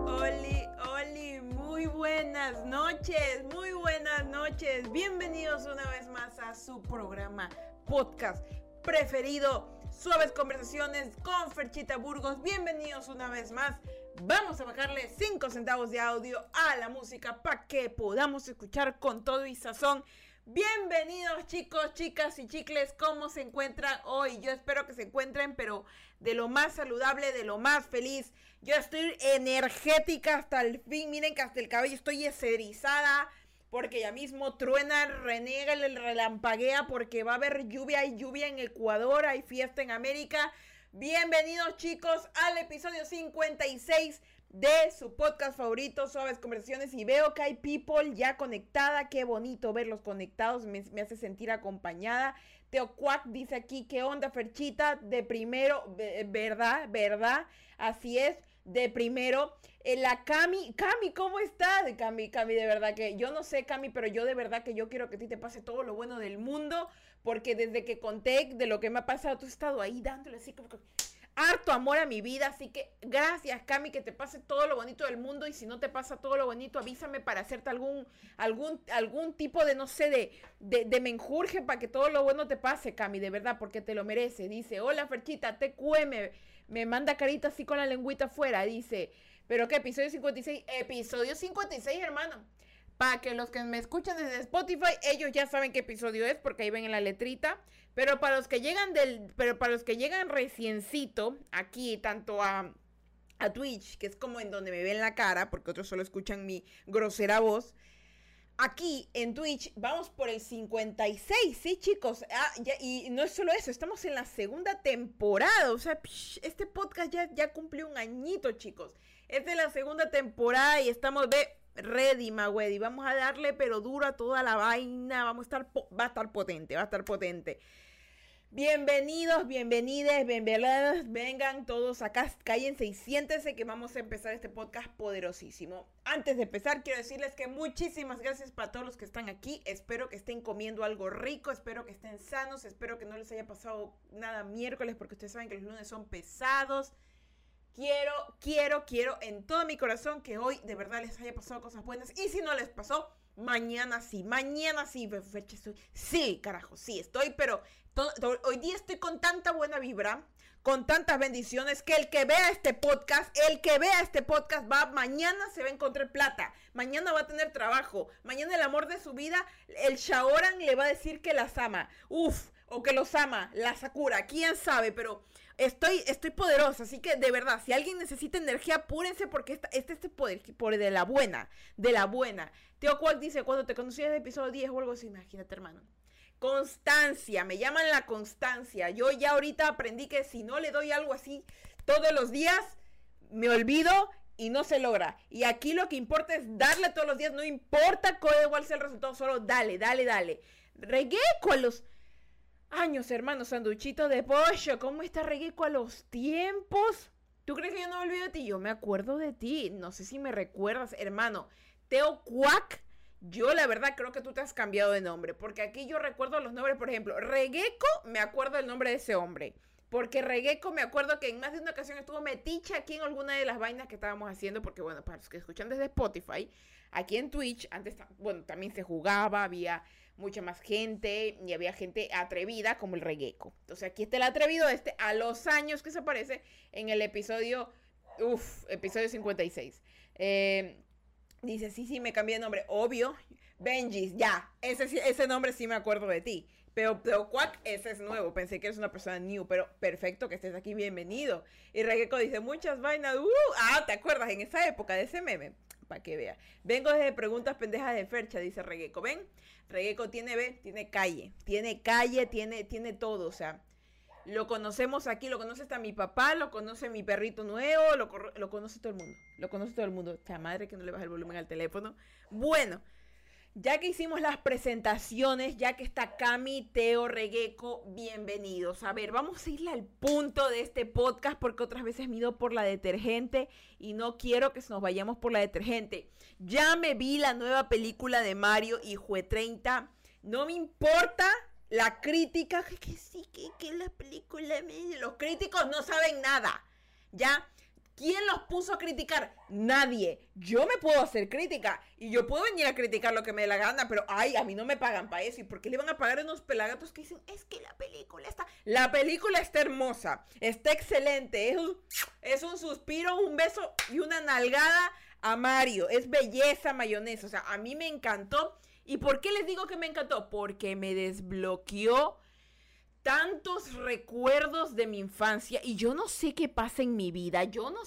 Muy buenas noches, muy buenas noches. Bienvenidos una vez más a su programa podcast preferido, Suaves Conversaciones con Ferchita Burgos. Bienvenidos una vez más. Vamos a bajarle 5 centavos de audio a la música para que podamos escuchar con todo y sazón. Bienvenidos chicos, chicas y chicles, ¿cómo se encuentran hoy? Yo espero que se encuentren, pero de lo más saludable, de lo más feliz. Yo estoy energética hasta el fin, miren que hasta el cabello estoy erizada, porque ya mismo truena, renega, relampaguea, porque va a haber lluvia, hay lluvia en Ecuador, hay fiesta en América. Bienvenidos chicos al episodio 56 de su podcast favorito, Suaves Conversaciones, y veo que hay people ya conectada. Qué bonito verlos conectados, me hace sentir acompañada. Teo Cuac dice aquí, ¿qué onda Ferchita? De primero, ¿verdad? Así es, de primero. La Cami, ¿cómo estás? Cami, de verdad que, yo no sé Cami, pero yo de verdad que yo quiero que a ti te pase todo lo bueno del mundo, porque desde que conté de lo que me ha pasado, tú has estado ahí dándole así como harto amor a mi vida, así que gracias Cami, que te pase todo lo bonito del mundo, y si no te pasa todo lo bonito, avísame para hacerte algún tipo de, no sé, de menjurje para que todo lo bueno te pase, Cami, de verdad, porque te lo merece. Dice, hola Ferchita, TQM, me manda carita así con la lengüita afuera, dice, pero ¿qué? Episodio 56, episodio 56, hermano. Para que los que me escuchan desde Spotify, ellos ya saben qué episodio es, porque ahí ven en la letrita. Pero para los que llegan reciencito, aquí, tanto a Twitch, que es como en donde me ven la cara, porque otros solo escuchan mi grosera voz. Aquí en Twitch vamos por el 56, ¿sí, chicos? Y no es solo eso, estamos en la segunda temporada. O sea, este podcast ya cumplió un añito, chicos. Esta es la segunda temporada y estamos ready, Magwedi. Vamos a darle pero duro a toda la vaina. Va a estar potente. Bienvenidos, bienvenides, vengan todos acá, cállense y siéntense que vamos a empezar este podcast poderosísimo. Antes de empezar, quiero decirles que muchísimas gracias para todos los que están aquí. Espero que estén comiendo algo rico, espero que estén sanos, espero que no les haya pasado nada miércoles, porque ustedes saben que los lunes son pesados. Quiero en todo mi corazón que hoy de verdad les haya pasado cosas buenas, y si no les pasó, mañana sí, sí, carajo, sí, estoy, pero hoy día estoy con tanta buena vibra, con tantas bendiciones, que el que vea este podcast mañana se va a encontrar plata, mañana va a tener trabajo, mañana el amor de su vida, el Shaoran le va a decir que las ama, o que los ama, la Sakura, quién sabe, pero estoy poderosa, así que de verdad, si alguien necesita energía, apúrense, porque este poder de la buena. Teo Cuac dice, cuando te conocí en el episodio 10 o algo así, imagínate, hermano. Constancia, me llaman la constancia. Yo ya ahorita aprendí que si no le doy algo así todos los días, me olvido y no se logra. Y aquí lo que importa es darle todos los días, no importa cuál sea el resultado, solo dale. Regueco a los años, hermano, sanduchito de pollo. ¿Cómo está Regueco a los tiempos? ¿Tú crees que yo no me olvido de ti? Yo me acuerdo de ti. No sé si me recuerdas, hermano. Teo Cuac, yo la verdad creo que tú te has cambiado de nombre, porque aquí yo recuerdo los nombres. Por ejemplo, Regueco, me acuerdo el nombre de ese hombre, porque Regueco me acuerdo que en más de una ocasión estuvo metiche aquí en alguna de las vainas que estábamos haciendo, porque bueno, para los que escuchan desde Spotify, aquí en Twitch, antes, bueno, también se jugaba, había mucha más gente, y había gente atrevida como el Regueco. Entonces aquí está el atrevido a los años que se aparece en el episodio 56. Dice, sí, me cambié de nombre, obvio. Benjis, ya, ese nombre sí me acuerdo de ti. Pero Cuac, ese es nuevo, pensé que eres una persona new, pero perfecto que estés aquí, bienvenido. Y Regueco dice, muchas vainas, ¿te acuerdas? En esa época de ese meme, para que vea. Vengo desde preguntas pendejas de Fercha, dice Regueco, ¿ven? Regueco tiene calle, tiene todo, o sea, lo conocemos aquí, lo conoce hasta mi papá, lo conoce mi perrito nuevo, lo conoce todo el mundo, esta madre que no le baja el volumen al teléfono. Bueno, ya que hicimos las presentaciones, ya que está Cami, Teo, Regueco, bienvenidos. A ver, vamos a irle al punto de este podcast, porque otras veces me he ido por la detergente y no quiero que nos vayamos por la detergente. Ya me vi la nueva película de Mario y Jue 30. No me importa la crítica, que sí, que la película, los críticos no saben nada, ¿ya? ¿Quién los puso a criticar? Nadie. Yo me puedo hacer crítica y yo puedo venir a criticar lo que me dé la gana, pero ay, a mí no me pagan para eso. ¿Y por qué le van a pagar a unos pelagatos que dicen, es que la película está hermosa, está excelente, es un suspiro, un beso y una nalgada a Mario, es belleza mayonesa, o sea, a mí me encantó. ¿Y por qué les digo que me encantó? Porque me desbloqueó tantos recuerdos de mi infancia y yo no sé qué pasa en mi vida,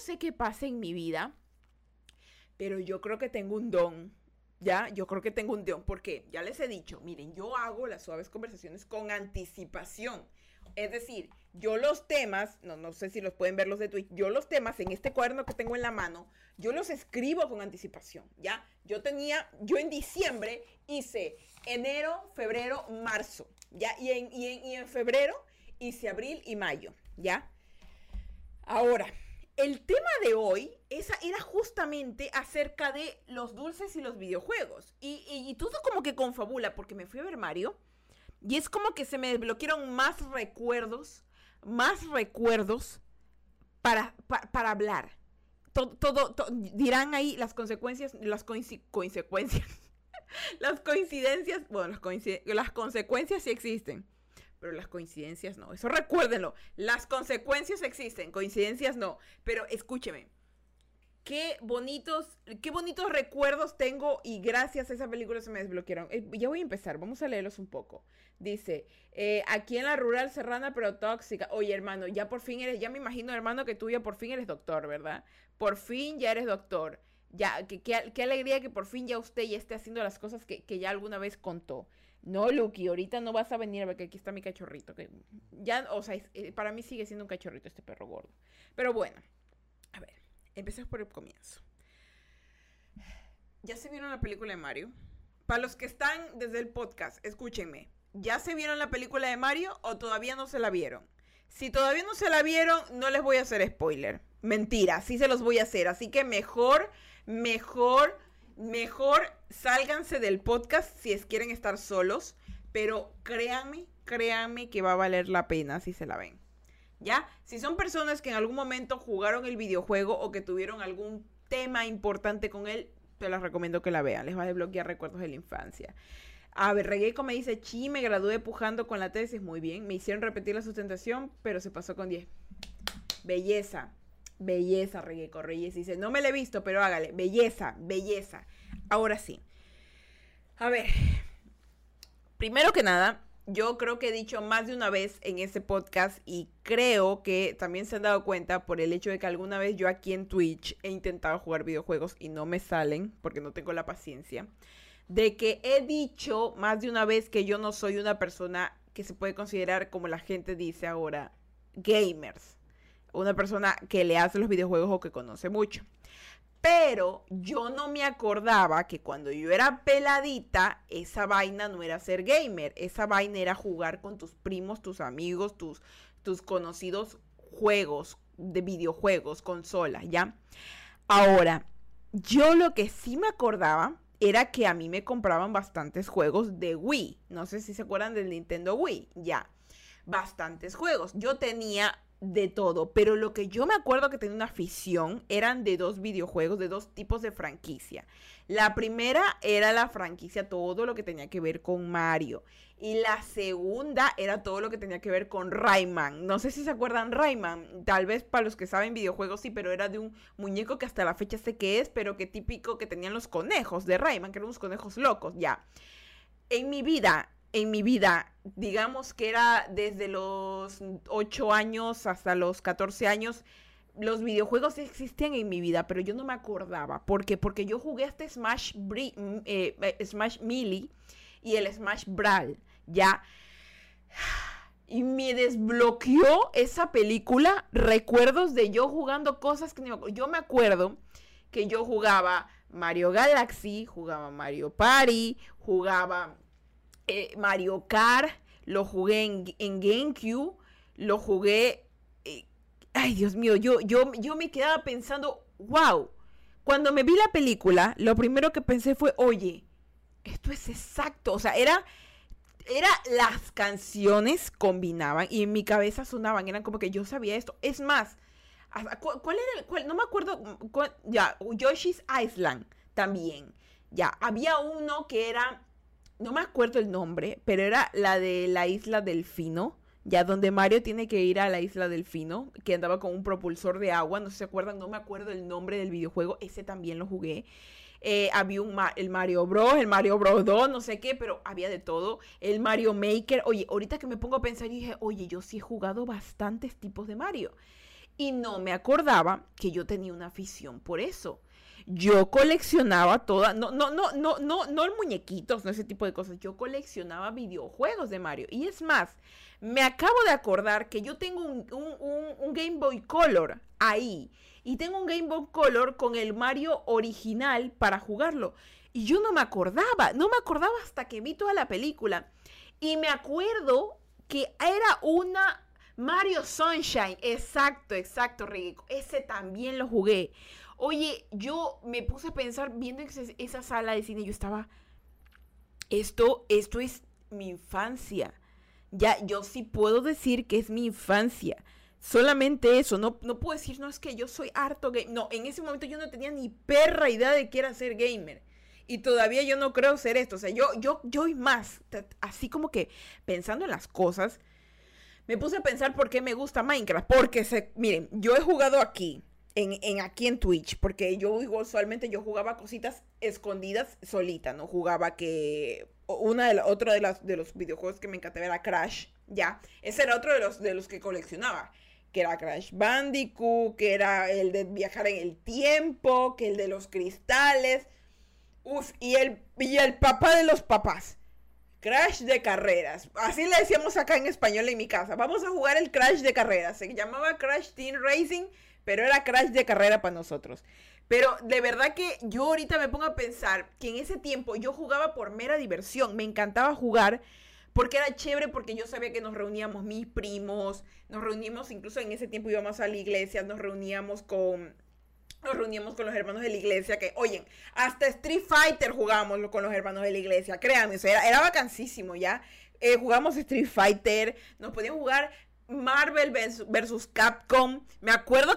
pero yo creo que tengo un don, ¿ya? Yo creo que tengo un don, porque ya les he dicho, miren, yo hago las suaves conversaciones con anticipación, es decir, yo los temas, no sé si los pueden ver los de Twitch, yo los temas en este cuaderno que tengo en la mano, yo los escribo con anticipación, ¿ya? Yo en diciembre hice enero, febrero, marzo, ¿ya? Y en febrero hice abril y mayo, ¿ya? Ahora, el tema de hoy era justamente acerca de los dulces y los videojuegos. Y todo como que confabula, porque me fui a ver Mario y es como que se me desbloquearon más recuerdos para hablar. Dirán ahí las consecuencias, las consecuencias. Las coincidencias, bueno, las consecuencias sí existen, pero las coincidencias no. Eso recuérdenlo. Las consecuencias existen, coincidencias no. Pero escúcheme. Qué bonitos recuerdos tengo y gracias a esa película se me desbloquearon. Ya voy a empezar, vamos a leerlos un poco. Dice, aquí en la rural serrana pero tóxica. Oye, hermano, ya por fin ya me imagino, hermano, que tú ya por fin eres doctor, ¿verdad? Por fin ya eres doctor. Ya, qué alegría que por fin ya usted ya esté haciendo las cosas que ya alguna vez contó. No, Lucky, ahorita no vas a venir a ver que aquí está mi cachorrito. Que ya, o sea, para mí sigue siendo un cachorrito este perro gordo. Pero bueno, a ver. Empecemos por el comienzo. ¿Ya se vieron la película de Mario? Para los que están desde el podcast, escúchenme. ¿Ya se vieron la película de Mario o todavía no se la vieron? Si todavía no se la vieron, no les voy a hacer spoiler. Mentira, sí se los voy a hacer. Así que mejor sálganse del podcast si quieren estar solos. Pero créanme que va a valer la pena si se la ven. ¿Ya? Si son personas que en algún momento jugaron el videojuego o que tuvieron algún tema importante con él, te les recomiendo que la vean. Les va a desbloquear recuerdos de la infancia. A ver, Regueco me dice, me gradué pujando con la tesis. Muy bien. Me hicieron repetir la sustentación, pero se pasó con 10. Belleza, Regueco Reyes. Dice, no me la he visto, pero hágale. Belleza. Ahora sí. A ver. Primero que nada, yo creo que he dicho más de una vez en este podcast y creo que también se han dado cuenta por el hecho de que alguna vez yo aquí en Twitch he intentado jugar videojuegos y no me salen porque no tengo la paciencia, de que he dicho más de una vez que yo no soy una persona que se puede considerar, como la gente dice ahora, gamers. Una persona que le hace los videojuegos o que conoce mucho. Pero yo no me acordaba que cuando yo era peladita, esa vaina no era ser gamer. Esa vaina era jugar con tus primos, tus amigos, tus conocidos juegos de videojuegos, consolas, ¿ya? Ahora, yo lo que sí me acordaba era que a mí me compraban bastantes juegos de Wii. No sé si se acuerdan del Nintendo Wii, ya. Bastantes juegos. Yo tenía de todo, pero lo que yo me acuerdo que tenía una afición eran de dos videojuegos, de dos tipos de franquicia. La primera era la franquicia, todo lo que tenía que ver con Mario, y la segunda era todo lo que tenía que ver con Rayman. No sé si se acuerdan Rayman, tal vez para los que saben videojuegos sí, pero era de un muñeco que hasta la fecha sé qué es, pero que típico que tenían los conejos de Rayman, que eran unos conejos locos, ya. En mi vida, digamos que era desde los 8 años hasta los 14 años, los videojuegos existían en mi vida, pero yo no me acordaba. ¿Por qué? Porque yo jugué este Smash Melee y el Smash Brawl, ¿ya? Y me desbloqueó esa película recuerdos de yo jugando cosas que no me acuerdo. Yo me acuerdo que yo jugaba Mario Galaxy, jugaba Mario Party, jugaba Mario Kart, lo jugué en GameCube, lo jugué, ay Dios mío, yo me quedaba pensando, wow, cuando me vi la película, lo primero que pensé fue, oye, esto es exacto, o sea, era las canciones combinaban y en mi cabeza sonaban, eran como que yo sabía esto, es más, ¿Cuál era el? No me acuerdo. Ya, Yoshi's Island también. Ya, había uno que era, no me acuerdo el nombre, pero era la de la isla Delfino. Ya, donde Mario tiene que ir a la isla Delfino, que andaba con un propulsor de agua, no sé si se acuerdan, no me acuerdo el nombre del videojuego, ese también lo jugué. Había el Mario Bros, el Mario Bros 2, no sé qué, pero había de todo. El Mario Maker, oye, ahorita que me pongo a pensar, dije, oye, yo sí he jugado bastantes tipos de Mario. Y no me acordaba que yo tenía una afición por eso. Yo coleccionaba no muñequitos, no ese tipo de cosas. Yo coleccionaba videojuegos de Mario. Y es más, me acabo de acordar que yo tengo un Game Boy Color ahí. Y tengo un Game Boy Color con el Mario original para jugarlo. Y yo no me acordaba hasta que vi toda la película. Y me acuerdo que era una Mario Sunshine. Exacto, Rico. Ese también lo jugué. Oye, yo me puse a pensar viendo esa sala de cine, yo estaba, esto es mi infancia. Ya, yo sí puedo decir que es mi infancia. Solamente eso, no puedo decir, no, es que yo soy harto gamer. No, en ese momento yo no tenía ni perra idea de que era ser gamer. Y todavía yo no creo ser esto. O sea, yo y más, así como que pensando en las cosas, me puse a pensar por qué me gusta Minecraft. Porque, miren, yo he jugado aquí en Twitch, porque yo usualmente yo jugaba cositas escondidas solita, no jugaba que otro de los videojuegos que me encantaba era Crash, ya, ese era otro de los que coleccionaba, que era Crash Bandicoot, que era el de viajar en el tiempo, que el de los cristales, y el papá de los papás, Crash de carreras, así le decíamos acá en español en mi casa, vamos a jugar el Crash de carreras, se llamaba Crash Team Racing, pero era Crash de carrera para nosotros. Pero de verdad que yo ahorita me pongo a pensar que en ese tiempo yo jugaba por mera diversión. Me encantaba jugar porque era chévere, porque yo sabía que nos reuníamos mis primos, nos reuníamos, incluso en ese tiempo íbamos a la iglesia, nos reuníamos con los hermanos de la iglesia, que, oye, hasta Street Fighter jugábamos con los hermanos de la iglesia, créanme, eso era vacancísimo, ¿ya? Jugamos Street Fighter, nos podíamos jugar Marvel versus Capcom. Me acuerdo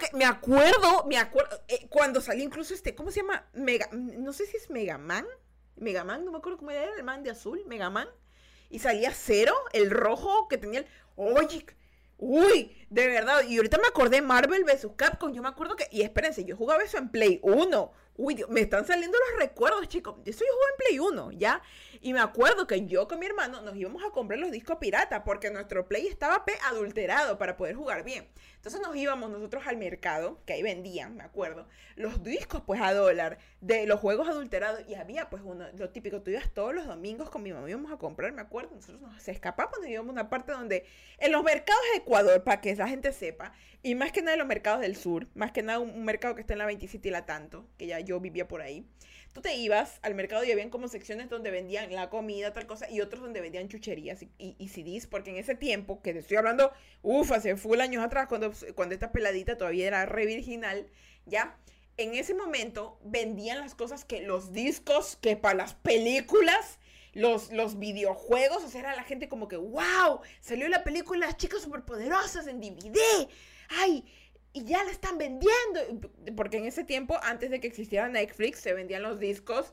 cuando salió incluso ¿cómo se llama? No sé si es Mega Man, no me acuerdo cómo era el man de azul, Mega Man. Y salía Zero, el rojo que tenía oye, uy, de verdad. Y ahorita me acordé Marvel vs Capcom. Yo me acuerdo y espérense, yo jugaba eso en Play 1. Uy, Dios, me están saliendo los recuerdos, chicos. Eso yo jugaba en Play 1, ¿ya? Y me acuerdo que yo con mi hermano nos íbamos a comprar los discos pirata porque nuestro Play estaba adulterado para poder jugar bien. Entonces nos íbamos nosotros al mercado, que ahí vendían, me acuerdo, los discos pues a $1 de los juegos adulterados. Y había pues lo típico, tú ibas todos los domingos con mi mamá, íbamos a comprar, me acuerdo, nosotros nos escapábamos, nos íbamos a una parte donde, en los mercados de Ecuador, para que esa gente sepa, y más que nada en los mercados del sur, más que nada un mercado que está en la 27 y la Tanto, que ya yo vivía por ahí. Tú te ibas al mercado y habían como secciones donde vendían la comida, tal cosa, y otros donde vendían chucherías y CDs, porque en ese tiempo, que te estoy hablando, hace full años atrás, cuando esta peladita todavía era re virginal, ya, en ese momento vendían las cosas que los discos, que para las películas, los videojuegos, o sea, era la gente como que, wow, salió la película Las Chicas Superpoderosas en DVD, ay, y ya la están vendiendo, porque en ese tiempo, antes de que existiera Netflix, se vendían los discos,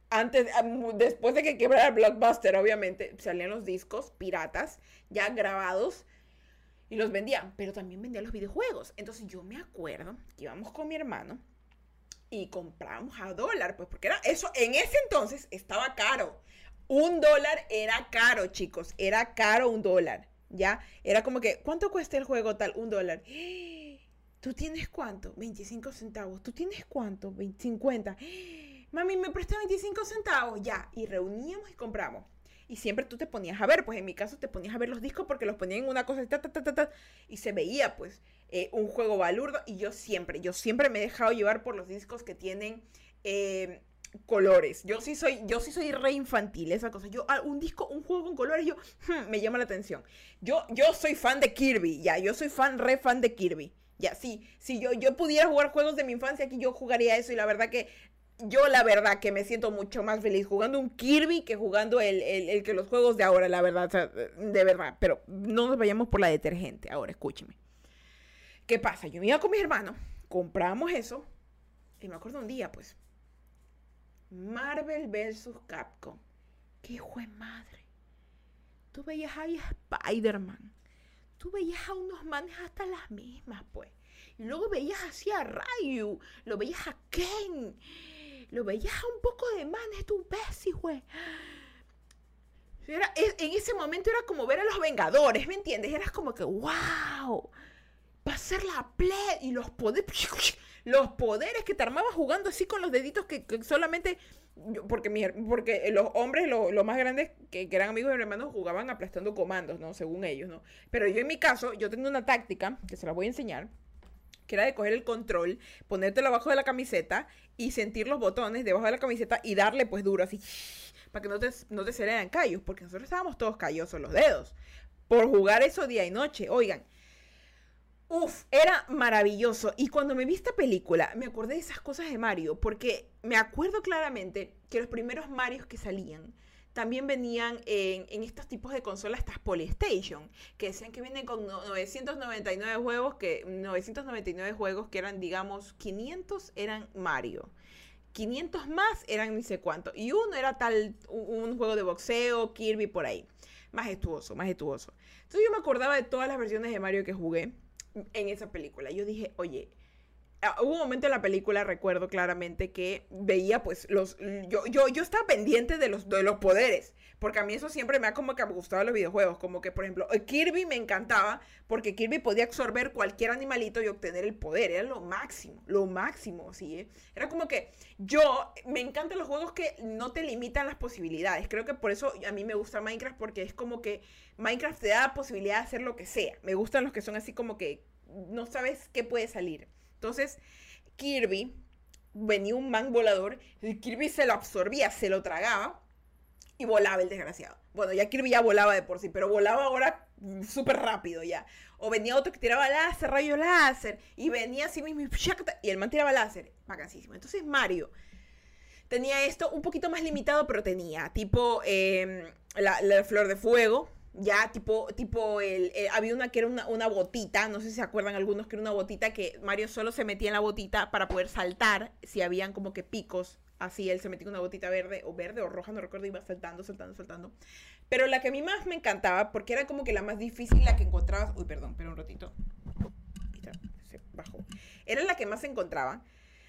después de que quebrara Blockbuster, obviamente, salían los discos piratas, ya grabados, y los vendían, pero también vendían los videojuegos. Entonces yo me acuerdo que íbamos con mi hermano y comprábamos a $1, pues porque era eso, en ese entonces estaba caro. $1 era caro, chicos, era caro $1, ¿ya? Era como que, ¿cuánto cuesta el juego tal? $1. ¿Tú tienes cuánto? 25 centavos. ¿Tú tienes cuánto? 50. Mami, ¿me prestas 25 centavos? Ya. Y reuníamos y compramos. Y siempre tú te ponías a ver, pues en mi caso te ponías a ver los discos porque los ponían en una cosa y se veía pues un juego balurdo. Y yo siempre me he dejado llevar por los discos que tienen colores. Yo sí soy re infantil, esa cosa. Un juego con colores, me llama la atención. Yo soy fan de Kirby, ya. Yo soy re fan de Kirby. Ya, sí, si yo pudiera jugar juegos de mi infancia, aquí yo jugaría eso. Y la verdad que me siento mucho más feliz jugando un Kirby que jugando el que los juegos de ahora, la verdad, o sea, de verdad. Pero no nos vayamos por la detergente. Ahora, escúcheme. ¿qué pasa? Yo me iba con mis hermanos, compramos eso, y me acuerdo un día, pues, Marvel vs. Capcom. ¡Qué hijo de madre! Tú veías ahí a Spider-Man. Tú veías a unos manes hasta las mismas, pues. Y luego veías así a Ryu. Lo veías a Ken. Lo veías a un poco de manes, tú ves, güey. En ese momento era como ver a los Vengadores, ¿me entiendes? Eras como que, wow, va a ser la play. Y los poderes que te armabas jugando así con los deditos que solamente... Porque los hombres, los más grandes que eran amigos de mi hermano, jugaban aplastando comandos, ¿no? Según ellos, ¿no? Pero yo en mi caso, yo tengo una táctica, que se la voy a enseñar, que era de coger el control, ponértelo abajo de la camiseta y sentir los botones debajo de la camiseta y darle pues duro así, para que no te salieran callos, porque nosotros estábamos todos callosos los dedos, por jugar eso día y noche, oigan. Uf, era maravilloso. Y cuando me vi esta película, me acordé de esas cosas de Mario, porque me acuerdo claramente que los primeros Marios que salían también venían en estos tipos de consolas, estas Polystation, que decían que vienen con 999 juegos que eran, digamos, 500 eran Mario. 500 más eran ni sé cuánto. Y uno era un juego de boxeo, Kirby, por ahí. Majestuoso. Entonces yo me acordaba de todas las versiones de Mario que jugué en esa película. Yo dije, oye, hubo un momento en la película, recuerdo claramente, que veía pues yo estaba pendiente de los poderes, porque a mí eso siempre me ha como que gustado los videojuegos, como que por ejemplo Kirby me encantaba, porque Kirby podía absorber cualquier animalito y obtener el poder, era lo máximo, ¿sí? Era como que me encantan los juegos que no te limitan las posibilidades. Creo que por eso a mí me gusta Minecraft, porque es como que Minecraft te da la posibilidad de hacer lo que sea. Me gustan los que son así como que no sabes qué puede salir. Entonces, Kirby, venía un man volador, y Kirby se lo absorbía, se lo tragaba y volaba el desgraciado. Bueno, ya Kirby ya volaba de por sí, pero volaba ahora súper rápido ya. O venía otro que tiraba láser, rayo láser, y venía así mismo, y el man tiraba láser. Bacanísimo. Entonces Mario tenía esto un poquito más limitado, pero tenía tipo la flor de fuego. Ya, había una que era una botita, no sé si se acuerdan algunos, que era una botita que Mario solo se metía en la botita para poder saltar, si habían como que picos, así él se metía en una botita verde o roja, no recuerdo, iba saltando. Pero la que a mí más me encantaba, porque era como que la más difícil, la que encontrabas, uy, perdón, pero un ratito, se bajó, era la que más se encontraba,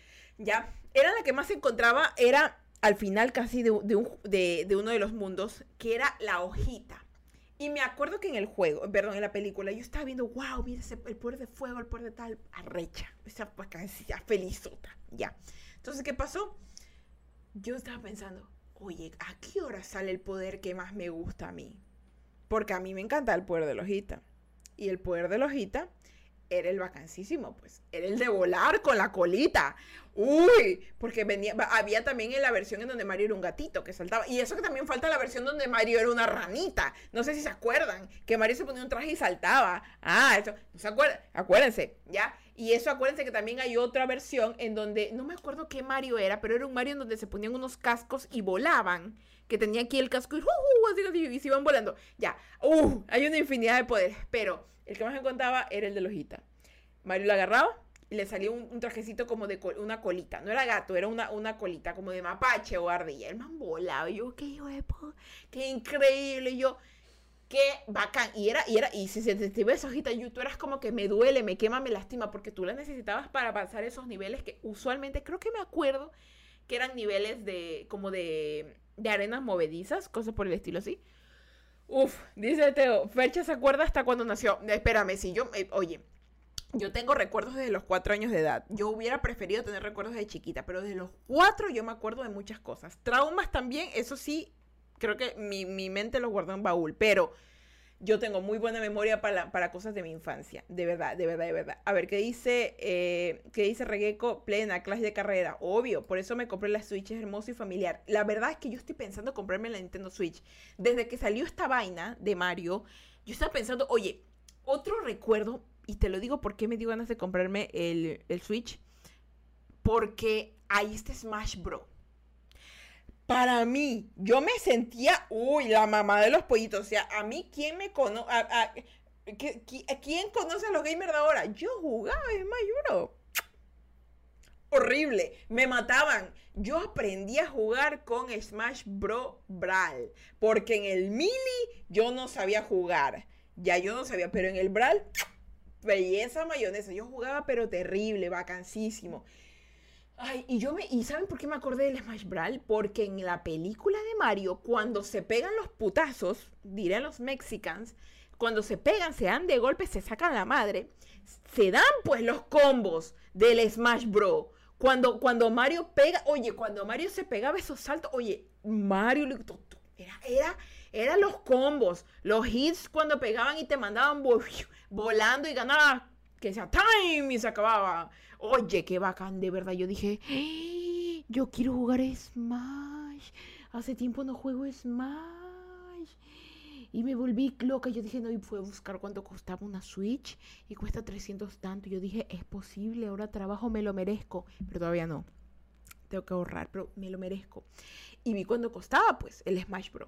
era al final casi de uno de los mundos, que era la hojita. Y me acuerdo que en la película, yo estaba viendo, wow, mira el poder de fuego, el poder de tal, arrecha, esa vacancia felizota, ya. Entonces, ¿qué pasó? Yo estaba pensando, oye, ¿a qué hora sale el poder que más me gusta a mí? Porque a mí me encanta el poder de la hojita. Y el poder de la hojita era el vacancísimo, pues. Era el de volar con la colita. Uy, porque había también en la versión en donde Mario era un gatito que saltaba. Y eso que también falta la versión donde Mario era una ranita. No sé si se acuerdan, que Mario se ponía un traje y saltaba. Ah, eso, ¿no se acuerdan? Acuérdense, ¿ya? Y eso, acuérdense que también hay otra versión en donde, no me acuerdo qué Mario era, pero era un Mario en donde se ponían unos cascos y volaban. Que tenía aquí el casco y, así, y se iban volando. Ya, hay una infinidad de poderes, pero el que más me contaba era el de la hojita. Mario lo agarraba y le salía un trajecito como de una colita. No era gato, era una colita como de mapache o ardilla. El man volaba. Y yo, qué hijo de puta, qué increíble. Y yo, qué bacán. Y si se te iba esa hojita, tú eras como que me duele, me quema, me lastima, porque tú la necesitabas para avanzar esos niveles que usualmente, creo que me acuerdo que eran niveles de arenas movedizas, cosas por el estilo así. Dice Teo, Fercha se acuerda hasta cuando nació. Espérame, si oye, yo tengo recuerdos desde los 4 años de edad. Yo hubiera preferido tener recuerdos de chiquita, pero desde los 4 yo me acuerdo de muchas cosas. Traumas también, eso sí, creo que mi mente los guardó en baúl, pero yo tengo muy buena memoria para cosas de mi infancia. De verdad. A ver, ¿qué dice Regeco? Plena, clase de carrera. Obvio, por eso me compré la Switch, es hermoso y familiar. La verdad es que yo estoy pensando en comprarme la Nintendo Switch. Desde que salió esta vaina de Mario, yo estaba pensando, oye, otro recuerdo, y te lo digo porque me dio ganas de comprarme el Switch, porque hay este Smash Bros. Para mí, yo me sentía, la mamá de los pollitos. O sea, a mí, ¿quién me conoce? ¿Quién conoce a los gamers de ahora? Yo jugaba Smash Bros. Horrible, me mataban. Yo aprendí a jugar con Smash Bros. Brawl, porque en el Melee yo no sabía jugar. Ya yo no sabía, pero en el Brawl, belleza mayonesa. Yo jugaba, pero terrible, vacancísimo. Ay, ¿y saben por qué me acordé del Smash Brawl? Porque en la película de Mario, cuando se pegan los putazos, dirán los mexicans, cuando se pegan, se dan de golpe, se sacan la madre, se dan pues los combos del Smash Bros. Cuando Mario pega, oye, cuando Mario se pegaba esos saltos, oye, Mario era los combos, los hits cuando pegaban y te mandaban volando y ganaba, que sea time y se acababa. Oye, qué bacán, de verdad. Yo dije, ¡hey! Yo quiero jugar Smash. Hace tiempo no juego Smash. Y me volví loca. Yo dije, no, y fui a buscar cuánto costaba una Switch. Y cuesta 300 tanto. Yo dije, es posible, ahora trabajo, me lo merezco. Pero todavía no. Tengo que ahorrar, pero me lo merezco. Y vi cuánto costaba, pues, el Smash Bros.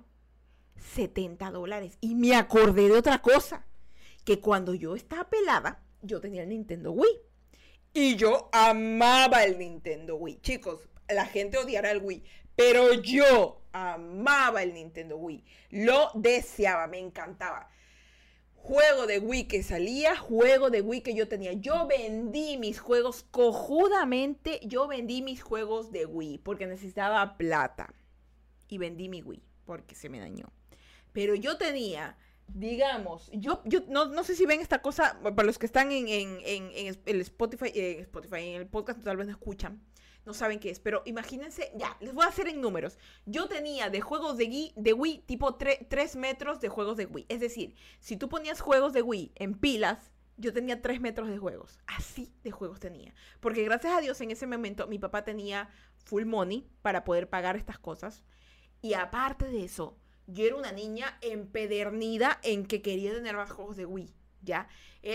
$70. Y me acordé de otra cosa. Que cuando yo estaba pelada, yo tenía el Nintendo Wii. Y yo amaba el Nintendo Wii. Chicos, la gente odiará el Wii, pero yo amaba el Nintendo Wii. Lo deseaba, me encantaba. Juego de Wii que salía, juego de Wii que yo tenía. Yo vendí mis juegos cojudamente. Yo vendí mis juegos de Wii porque necesitaba plata. Y vendí mi Wii porque se me dañó. Pero yo tenía... Digamos, yo no sé si ven esta cosa, para los que están en el Spotify, en el podcast tal vez no escuchan, no saben qué es, pero imagínense, ya, les voy a hacer en números. Yo tenía de juegos de Wii tipo 3 metros de juegos de Wii. Es decir, si tú ponías juegos de Wii en pilas, yo tenía 3 metros de juegos. Así de juegos tenía. Porque gracias a Dios en ese momento mi papá tenía full money para poder pagar estas cosas. Y aparte de eso... Yo era una niña empedernida en que quería tener más juegos de Wii, ¿ya?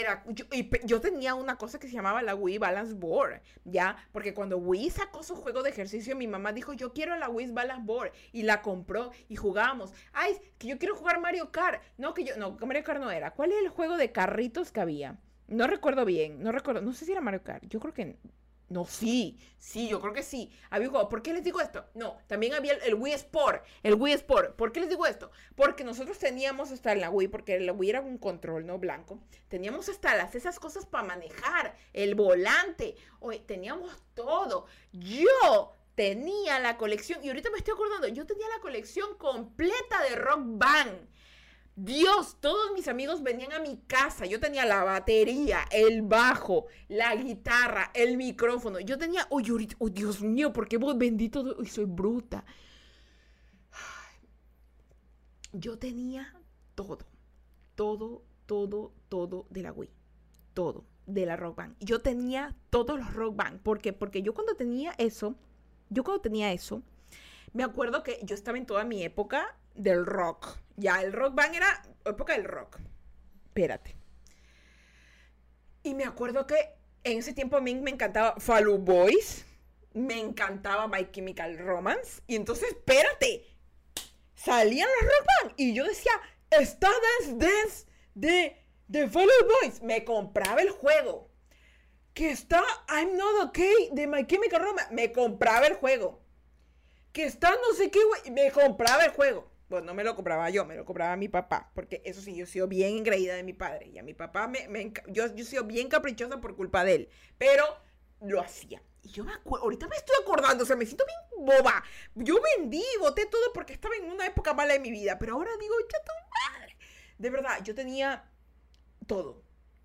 Yo tenía una cosa que se llamaba la Wii Balance Board, ¿ya? Porque cuando Wii sacó su juego de ejercicio, mi mamá dijo, yo quiero la Wii Balance Board, y la compró, y jugábamos. Ay, que yo quiero jugar Mario Kart. No, Mario Kart no era. ¿Cuál es el juego de carritos que había? No recuerdo bien, no sé si era Mario Kart. Yo creo que... No, sí, yo creo que sí. Había un juego. ¿Por qué les digo esto? No, también había el Wii Sport. El Wii Sport. ¿Por qué les digo esto? Porque nosotros teníamos hasta en la Wii, porque la Wii era un control, ¿no? Blanco. Teníamos hasta esas cosas para manejar, el volante. Oye, teníamos todo. Yo tenía la colección, y ahorita me estoy acordando, yo tenía la colección completa de Rock Band. Dios, todos mis amigos venían a mi casa. Yo tenía la batería, el bajo, la guitarra, el micrófono. Yo tenía, oh Dios mío, ¿por qué vos vendí todo? Uy, soy bruta. Yo tenía todo de la Wii. Todo, de la Rock Band. Yo tenía todos los Rock Band. ¿Por qué? Porque yo cuando tenía eso, me acuerdo que yo estaba en toda mi época del rock. Ya, el Rock Band era época del rock. Espérate. Y me acuerdo que en ese tiempo a mí me encantaba Fall Out Boys. Me encantaba My Chemical Romance. Y entonces, espérate. Salían los Rock Band. Y yo decía, está Dance de Fall Out Boys. Me compraba el juego. Que está I'm Not Okay de My Chemical Romance. Me compraba el juego. Que está no sé qué, güey. Me compraba el juego. Bueno, no me lo compraba yo, me lo compraba mi papá. Porque eso sí, yo he sido bien engreída de mi padre. Y a mi papá, yo he sido bien caprichosa por culpa de él. Pero lo hacía. Y yo me acuerdo, ahorita me estoy acordando, o sea, me siento bien boba. Yo vendí, boté todo porque estaba en una época mala de mi vida. Pero ahora digo, chato madre. De verdad, yo tenía todo.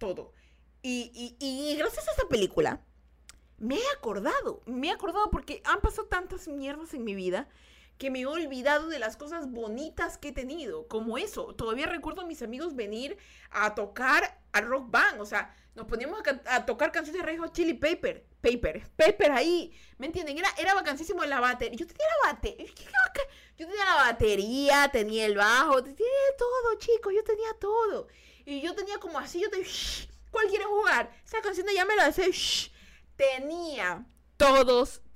Y gracias a esta película, me he acordado porque han pasado tantas mierdas en mi vida que me he olvidado de las cosas bonitas que he tenido, como eso. Todavía recuerdo a mis amigos venir a tocar a Rock Band, o sea, nos poníamos a tocar canciones de Red Hot Chili Pepper ahí, ¿me entienden? Era vacancísimo la batería. Yo tenía la batería, tenía el bajo, tenía todo, chicos, yo tenía todo. Y yo tenía como así, ¿cuál quiere jugar? Esa canción ya me la sé, tenía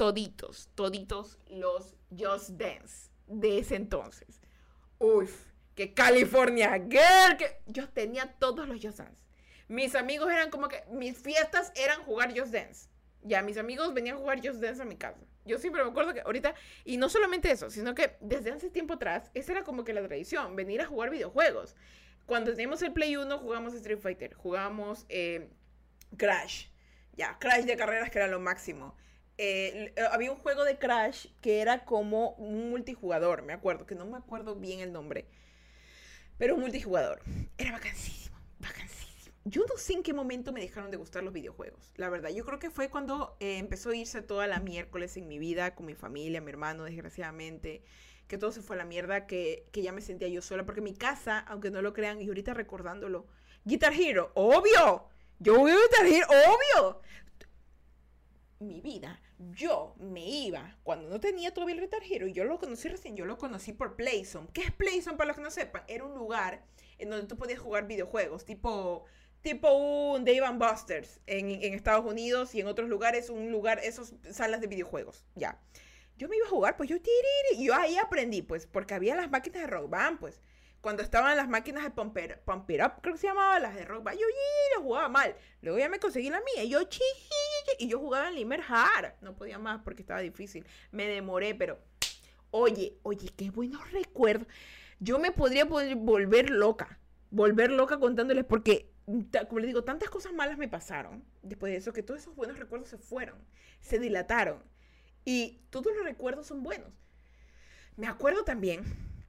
toditos los Just Dance de ese entonces. Uf, que California Girl, que yo tenía todos los Just Dance. Mis amigos eran como que, mis fiestas eran jugar Just Dance. Ya, mis amigos venían a jugar Just Dance a mi casa. Yo siempre me acuerdo que ahorita, y no solamente eso, sino que desde hace tiempo atrás, esa era como que la tradición, venir a jugar videojuegos. Cuando teníamos el Play 1, jugábamos Street Fighter, jugábamos Crash. Ya, Crash de carreras que era lo máximo. Había un juego de Crash que era como un multijugador, me acuerdo, que no me acuerdo bien el nombre. Pero un multijugador. Era vacancísimo, vacancísimo. Yo no sé en qué momento me dejaron de gustar los videojuegos. La verdad, yo creo que fue cuando empezó a irse toda la miércoles en mi vida, con mi familia, mi hermano, desgraciadamente. Que todo se fue a la mierda, que ya me sentía yo sola. Porque mi casa, aunque no lo crean, y ahorita recordándolo, Guitar Hero, obvio. Yo voy a Guitar Hero, obvio. Mi vida, yo me iba, cuando no tenía todavía el Guitar Hero, y yo lo conocí recién, yo lo conocí por Playzone. ¿Qué es Playzone para los que no sepan? Era un lugar en donde tú podías jugar videojuegos, tipo un Dave & Buster's en Estados Unidos y en otros lugares, esos salas de videojuegos, ya. Yo me iba a jugar, pues y yo ahí aprendí, pues, porque había las máquinas de Rock Band, pues. Cuando estaban las máquinas de Pump It Up, creo que se llamaba, las de Rock Band, yo jugaba mal. Luego ya me conseguí la mía, y yo jugaba en Limber Hard. No podía más porque estaba difícil. Me demoré, pero, oye, qué buenos recuerdos. Yo me podría volver loca contándoles porque, como les digo, tantas cosas malas me pasaron después de eso, que todos esos buenos recuerdos se fueron, se dilataron. Y todos los recuerdos son buenos. Me acuerdo también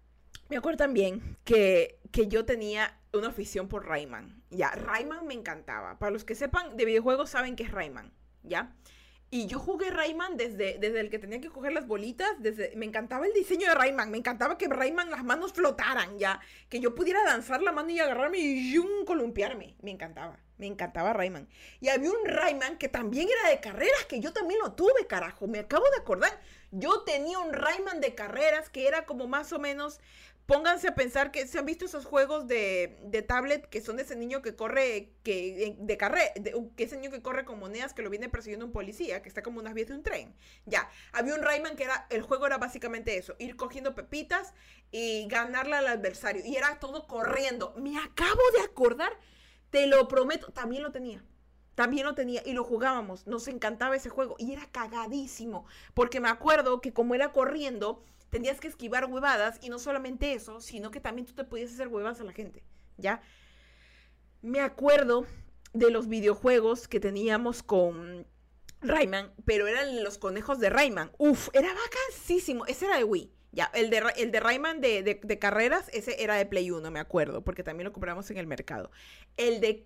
que yo tenía una afición por Rayman. Ya, Rayman me encantaba. Para los que sepan de videojuegos saben qué es Rayman, ¿ya? Y yo jugué Rayman desde el que tenía que coger las bolitas. Me encantaba el diseño de Rayman. Me encantaba que Rayman las manos flotaran, ¿ya? Que yo pudiera lanzar la mano y agarrarme y columpiarme. Me encantaba Rayman. Y había un Rayman que también era de carreras, que yo también lo tuve, carajo. Me acabo de acordar. Yo tenía un Rayman de carreras que era como más o menos... Pónganse a pensar que se han visto esos juegos de tablet que son de ese niño que corre, que ese niño que corre con monedas que lo viene persiguiendo un policía, que está como unas vías de un tren. Ya, había un Rayman que el juego era básicamente eso, ir cogiendo pepitas y ganarle al adversario. Y era todo corriendo. Me acabo de acordar, te lo prometo, también lo tenía y lo jugábamos. Nos encantaba ese juego y era cagadísimo, porque me acuerdo que como era corriendo... Tenías que esquivar huevadas y no solamente eso, sino que también tú te podías hacer huevadas a la gente, ¿ya? Me acuerdo de los videojuegos que teníamos con Rayman, pero eran los conejos de Rayman. Uf, era vacancísimo. Ese era de Wii, ya. El de Rayman de carreras, ese era de Play 1, me acuerdo, porque también lo compramos en el mercado. El de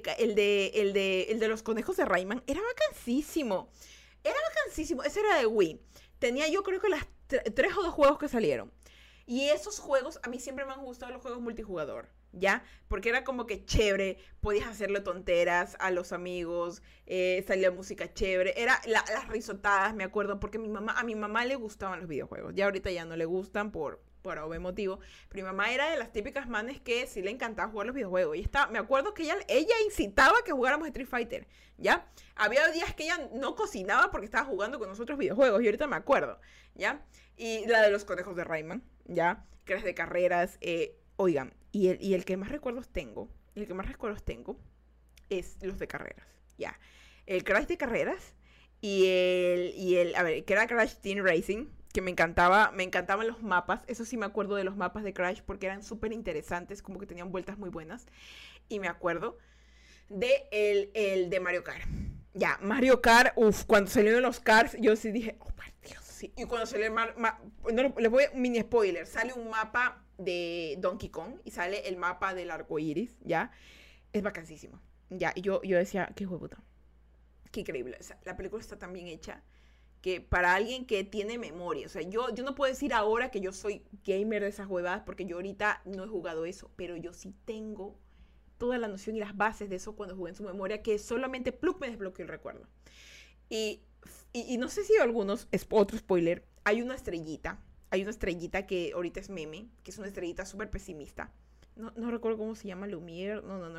los conejos de Rayman era vacancísimo. Ese era de Wii. Tenía yo creo que las 3 o 2 juegos que salieron. Y esos juegos, a mí siempre me han gustado los juegos multijugador, ¿ya? Porque era como que chévere, podías hacerle tonteras a los amigos, salía música chévere, era las risotadas, me acuerdo, porque a mi mamá le gustaban los videojuegos. Ya ahorita ya no le gustan por obvio motivo, pero mi mamá era de las típicas manes que sí le encantaba jugar los videojuegos. Y me acuerdo que ella incitaba que jugáramos Street Fighter, ¿ya? Había días que ella no cocinaba porque estaba jugando con nosotros videojuegos, y ahorita me acuerdo, ¿ya? Y la de los conejos de Rayman, ¿ya? Que es de carreras, oigan, y el que más recuerdos tengo, es los de carreras, ¿ya? El Crash de carreras a ver, que era Crash Team Racing, que me encantaban los mapas. Eso sí me acuerdo de los mapas de Crash porque eran súper interesantes, como que tenían vueltas muy buenas. Y me acuerdo de el de Mario Kart. Ya, Mario Kart, cuando salieron los Cars, yo sí dije, oh, por Dios, sí. Y cuando salió les voy a un mini spoiler, sale un mapa de Donkey Kong y sale el mapa del arco iris, ¿ya? Es vacancísimo, ya. Y yo decía, qué huevuta, qué increíble. O sea, la película está tan bien hecha que para alguien que tiene memoria, o sea, yo no puedo decir ahora que yo soy gamer de esas huevadas porque yo ahorita no he jugado eso, pero yo sí tengo toda la noción y las bases de eso cuando jugué en su memoria, que solamente plug me desbloqueó el recuerdo. Y no sé si algunos, es otro spoiler, hay una estrellita que ahorita es meme, que es una estrellita súper pesimista. No recuerdo cómo se llama, Lumière,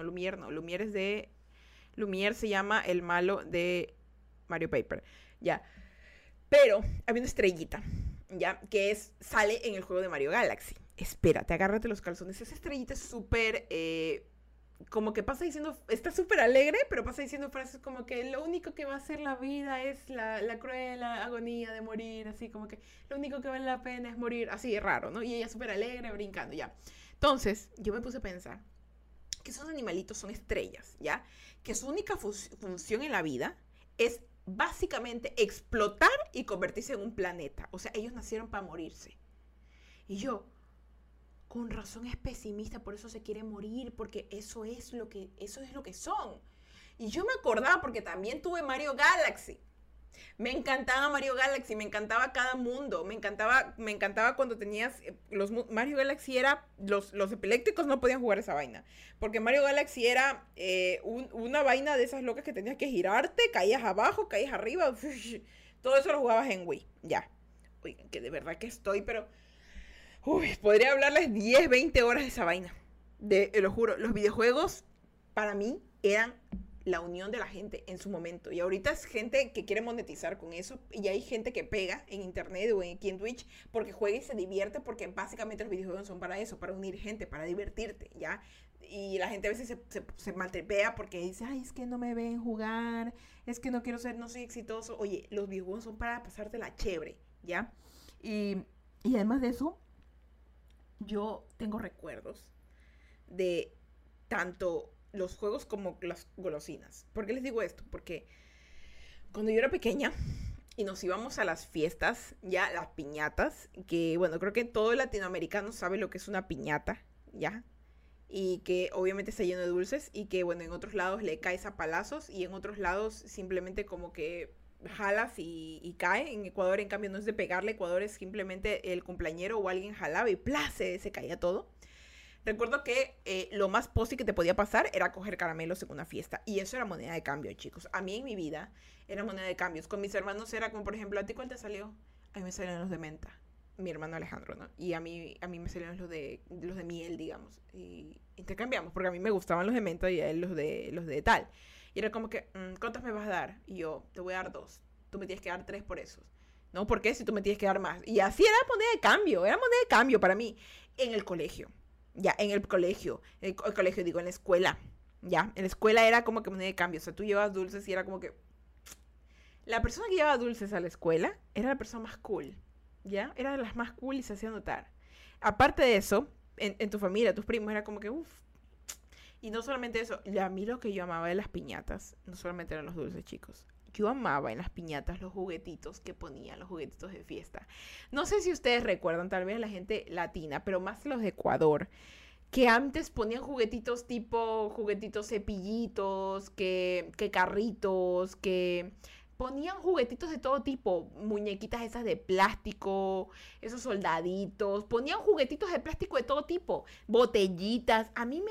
Lumière se llama el malo de Mario Paper, ya. Pero había una estrellita, ya, que sale en el juego de Mario Galaxy. espérate, agárrate los calzones. Esa estrellita es súper, como que pasa diciendo, está súper alegre, pero pasa diciendo frases como que lo único que va a hacer la vida es la cruel agonía de morir, así como que lo único que vale la pena es morir, así raro, ¿no? Y ella súper alegre, brincando, ya. Entonces, yo me puse a pensar que esos animalitos son estrellas, ¿ya? Que su única función en la vida es básicamente explotar y convertirse en un planeta. O sea, ellos nacieron para morirse. Y yo, con razón es pesimista, por eso se quiere morir, porque eso es lo que son. Y yo me acordaba porque también tuve Mario Galaxy. Me encantaba Mario Galaxy, me encantaba cada mundo, me encantaba cuando tenías Mario Galaxy era, los epilépticos no podían jugar esa vaina, porque Mario Galaxy era una vaina de esas locas que tenías que girarte, caías abajo, caías arriba, todo eso lo jugabas en Wii, ya. Oigan, que de verdad que estoy, pero podría hablarles 10, 20 horas de esa vaina, lo juro, los videojuegos para mí eran la unión de la gente en su momento. Y ahorita es gente que quiere monetizar con eso. Y hay gente que pega en internet o aquí en Twitch porque juega y se divierte, porque básicamente los videojuegos son para eso, para unir gente, para divertirte, ¿ya? Y la gente a veces se maltripea porque dice, ay, es que no me ven jugar, es que no soy exitoso. Oye, los videojuegos son para pasártela chévere, ¿ya? Y además de eso, yo tengo recuerdos de tanto los juegos como las golosinas. ¿Por qué les digo esto? Porque cuando yo era pequeña y nos íbamos a las fiestas, ya las piñatas, que bueno, creo que todo el latinoamericano sabe lo que es una piñata, ¿ya? Y que obviamente está lleno de dulces y que bueno, en otros lados le caes a palazos y en otros lados simplemente como que jalas y cae. En Ecuador, en cambio, no es de pegarle. Ecuador es simplemente el cumpleañero o alguien jalaba y ¡plá! Se caía todo. Recuerdo que lo más posi que te podía pasar era coger caramelos en una fiesta. Y eso era moneda de cambio, chicos. A mí en mi vida era moneda de cambios. Con mis hermanos era como, por ejemplo, ¿a ti cuál te salió? A mí me salieron los de menta. Mi hermano Alejandro, ¿no? Y a mí me salieron los de miel, digamos. Y intercambiamos, porque a mí me gustaban los de menta y a él los de tal. Y era como que, ¿cuántos me vas a dar? Y yo, te voy a dar 2. Tú me tienes que dar 3 por esos. ¿No? ¿Por qué? Si tú me tienes que dar más. Y así era moneda de cambio. Era moneda de cambio para mí. En el colegio. Ya, en el colegio, digo, en la escuela, ya, en la escuela era como que moneda de cambio, o sea, tú llevabas dulces y era como que, la persona que llevaba dulces a la escuela era la persona más cool, ya, era de las más cool y se hacía notar. Aparte de eso, en tu familia, tus primos, era como que, y no solamente eso, a mí lo que yo amaba de las piñatas, no solamente eran los dulces, chicos. Yo amaba en las piñatas los juguetitos que ponían, los juguetitos de fiesta. No sé si ustedes recuerdan, tal vez la gente latina, pero más los de Ecuador, que antes ponían juguetitos tipo, juguetitos cepillitos, que carritos, que ponían juguetitos de todo tipo, muñequitas esas de plástico, esos soldaditos, ponían juguetitos de plástico de todo tipo, botellitas. A mí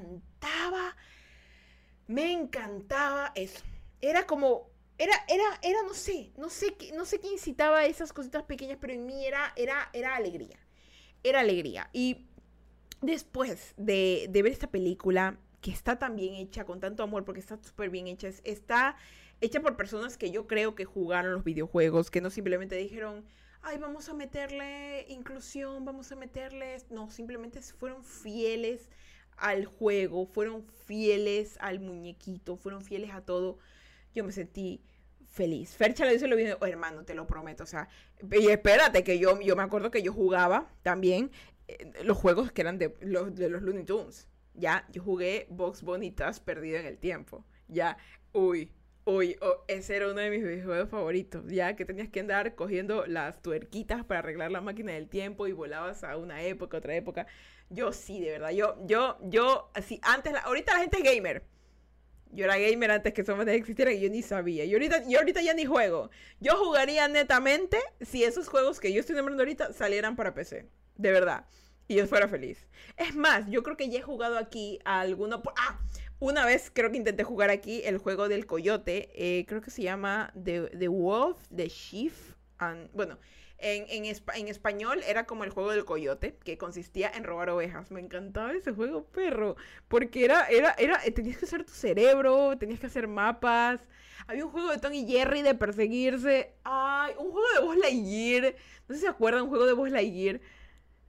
me encantaba eso. Era como... Era no sé qué incitaba a esas cositas pequeñas, pero en mí era alegría. Era alegría. Y después de ver esta película, que está tan bien hecha, con tanto amor, porque está súper bien hecha, está hecha por personas que yo creo que jugaron los videojuegos, que no simplemente dijeron, ay, vamos a meterle inclusión, vamos a meterle... No, simplemente fueron fieles al juego, fueron fieles al muñequito, fueron fieles a todo. Yo me sentí feliz. Fercha le dice lo mismo, hermano, te lo prometo, o sea, y espérate, que yo me acuerdo que yo jugaba también los juegos que eran de los Looney Tunes, ya, yo jugué Bugs Bunny Taz Perdido en el Tiempo, ya, ese era uno de mis videojuegos favoritos, ya, que tenías que andar cogiendo las tuerquitas para arreglar la máquina del tiempo y volabas a una época, otra época. Yo sí, de verdad, yo, así, ahorita la gente es gamer. Yo era gamer antes que Somas existieran y yo ni sabía. Y ahorita ya ni juego. Yo jugaría netamente si esos juegos que yo estoy nombrando ahorita salieran para PC. De verdad. Y yo fuera feliz. Es más, yo creo que ya he jugado aquí a alguno... una vez creo que intenté jugar aquí el juego del coyote. Creo que se llama The Wolf, The Sheep. Bueno, en español era como el juego del coyote, que consistía en robar ovejas. Me encantaba ese juego, perro, porque tenías que usar tu cerebro, tenías que hacer mapas. Había un juego de Tom y Jerry de perseguirse. Ay, un juego de Buzz Lightyear. No sé si se acuerdan, un juego de Buzz Lightyear.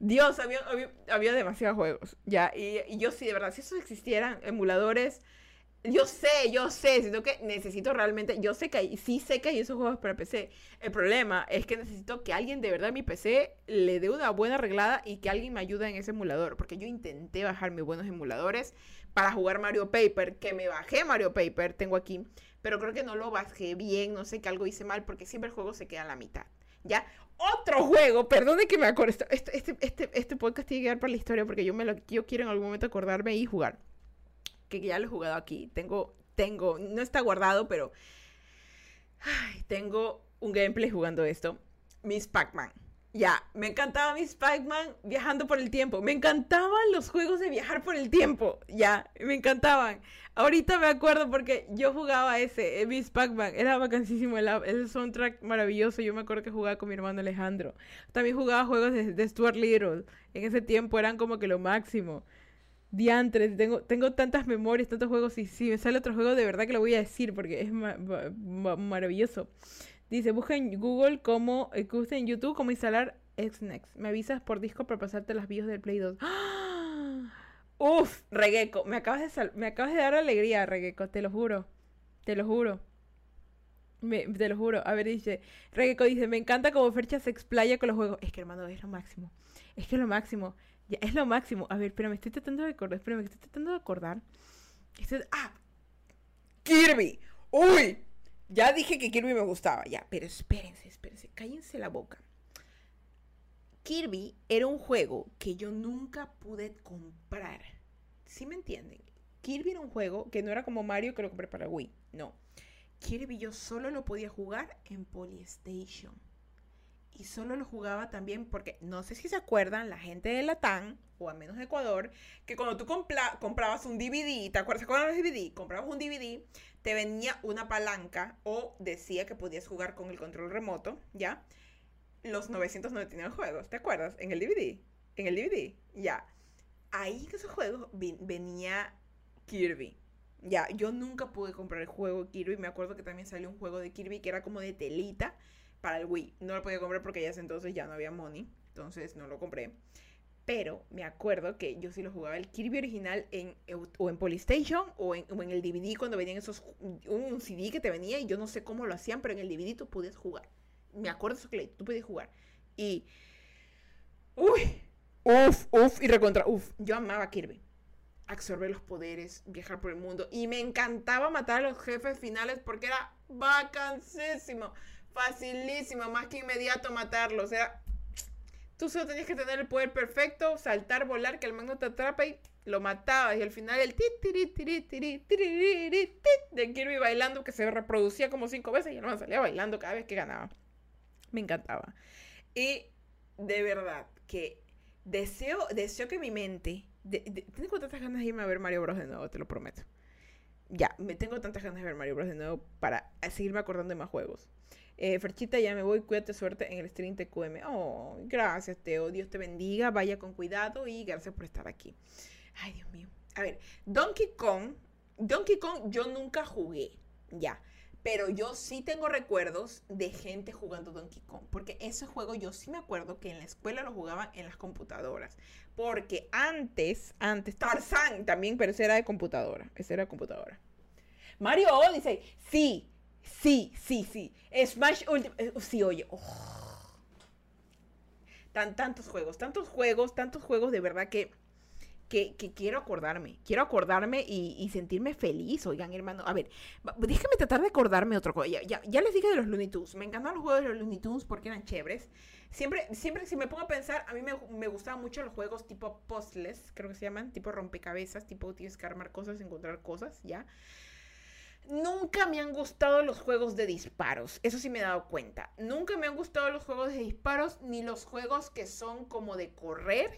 Dios, había demasiados juegos, ya, y yo sí, de verdad, si esos existieran emuladores, yo sé, sino que necesito realmente, sí sé que hay esos juegos para PC. El problema es que necesito que alguien de verdad a mi PC le dé una buena arreglada y que alguien me ayude en ese emulador, porque yo intenté bajarme buenos emuladores para jugar Mario Paper, que me bajé Mario Paper, tengo aquí, pero creo que no lo bajé bien, no sé, que algo hice mal, porque siempre el juego se queda a la mitad, ¿ya? Otro juego, perdone que me acuerdo, este podcast tiene que dar para la historia, porque yo quiero en algún momento acordarme y jugar, que ya lo he jugado aquí, no está guardado, pero tengo un gameplay jugando esto, Miss Pac-Man. Ya, me encantaba Miss Pac-Man viajando por el tiempo. Me encantaban los juegos de viajar por el tiempo. Ya, me encantaban. Ahorita me acuerdo porque yo jugaba ese, Miss Pac-Man. Era vacancísimo, el soundtrack maravilloso. Yo me acuerdo que jugaba con mi hermano Alejandro. También jugaba juegos de Stuart Little. En ese tiempo eran como que lo máximo. Diantres, tengo tantas memorias, tantos juegos. Y si me sale otro juego, de verdad que lo voy a decir porque es maravilloso. Dice, busca en Google busca en YouTube cómo instalar Xnext. Me avisas por Discord para pasarte las BIOS del Play 2. ¡Ah! Uf, Regeco, me acabas de dar alegría, Regeco, te lo juro. Te lo juro. Te lo juro. A ver, Regeco dice, me encanta como Fercha se explaya con los juegos. Es que, hermano, es lo máximo. Es que es lo máximo. Ya, es lo máximo. A ver, espérame, estoy tratando de acordar. Kirby. Uy. Ya dije que Kirby me gustaba, ya, pero espérense, cállense la boca. Kirby era un juego que yo nunca pude comprar. ¿Sí me entienden? Kirby era un juego que no era como Mario que lo compré para Wii, no. Kirby yo solo lo podía jugar en Polystation. Y solo lo jugaba también porque, no sé si se acuerdan, la gente de Latam, o al menos de Ecuador, que cuando tú comprabas un DVD, ¿te acuerdas de los DVD? Comprabas un DVD, te venía una palanca o decía que podías jugar con el control remoto, ¿ya? Los 999 juegos, ¿te acuerdas? En el DVD, ya. Ahí en esos juegos venía Kirby. Ya, yo nunca pude comprar el juego Kirby. Me acuerdo que también salió un juego de Kirby que era como de telita para el Wii. No lo podía comprar porque ya hace entonces ya no había money. Entonces no lo compré. Pero me acuerdo que yo sí lo jugaba el Kirby original o en Polystation o en el DVD cuando venían un CD que te venía y yo no sé cómo lo hacían, pero en el DVD tú podías jugar. Me acuerdo eso que tú podías jugar. Y... Yo amaba a Kirby. Absorber los poderes, viajar por el mundo. Y me encantaba matar a los jefes finales porque era vacancísimo, facilísimo, más que inmediato matarlos. Era... Tú solo tenías que tener el poder perfecto, saltar, volar, que el man no te atrapa y lo matabas. Y al final el de Kirby bailando que se reproducía como 5 veces y el man salía bailando cada vez que ganaba. Me encantaba. Y de verdad que deseo que mi mente... tengo tantas ganas de irme a ver Mario Bros. De nuevo, te lo prometo. Ya, tengo tantas ganas de ver Mario Bros. De nuevo para seguirme acordando de más juegos. Ferchita, ya me voy, cuídate, suerte en el stream TQM. Oh, gracias, Teo, Dios te bendiga, vaya con cuidado y gracias por estar aquí. Ay, Dios mío. A ver, Donkey Kong yo nunca jugué, ya. Pero yo sí tengo recuerdos de gente jugando Donkey Kong. Porque ese juego yo sí me acuerdo que en la escuela lo jugaban en las computadoras. Porque antes, Tarzán también, pero ese era de computadora. Mario Odyssey, sí. Smash Ultimate, sí, oye. Oh. Tantos juegos de verdad que quiero acordarme y sentirme feliz, oigan, hermano. A ver, déjame tratar de acordarme otro juego. Ya les dije de los Looney Tunes. Me encantaban los juegos de los Looney Tunes porque eran chéveres. Siempre si me pongo a pensar, a mí me gustaban mucho los juegos tipo puzzles, creo que se llaman, tipo rompecabezas, tipo tienes que armar cosas, encontrar cosas, ¿ya? Nunca me han gustado los juegos de disparos, eso sí me he dado cuenta. Nunca me han gustado los juegos de disparos, ni los juegos que son como de correr,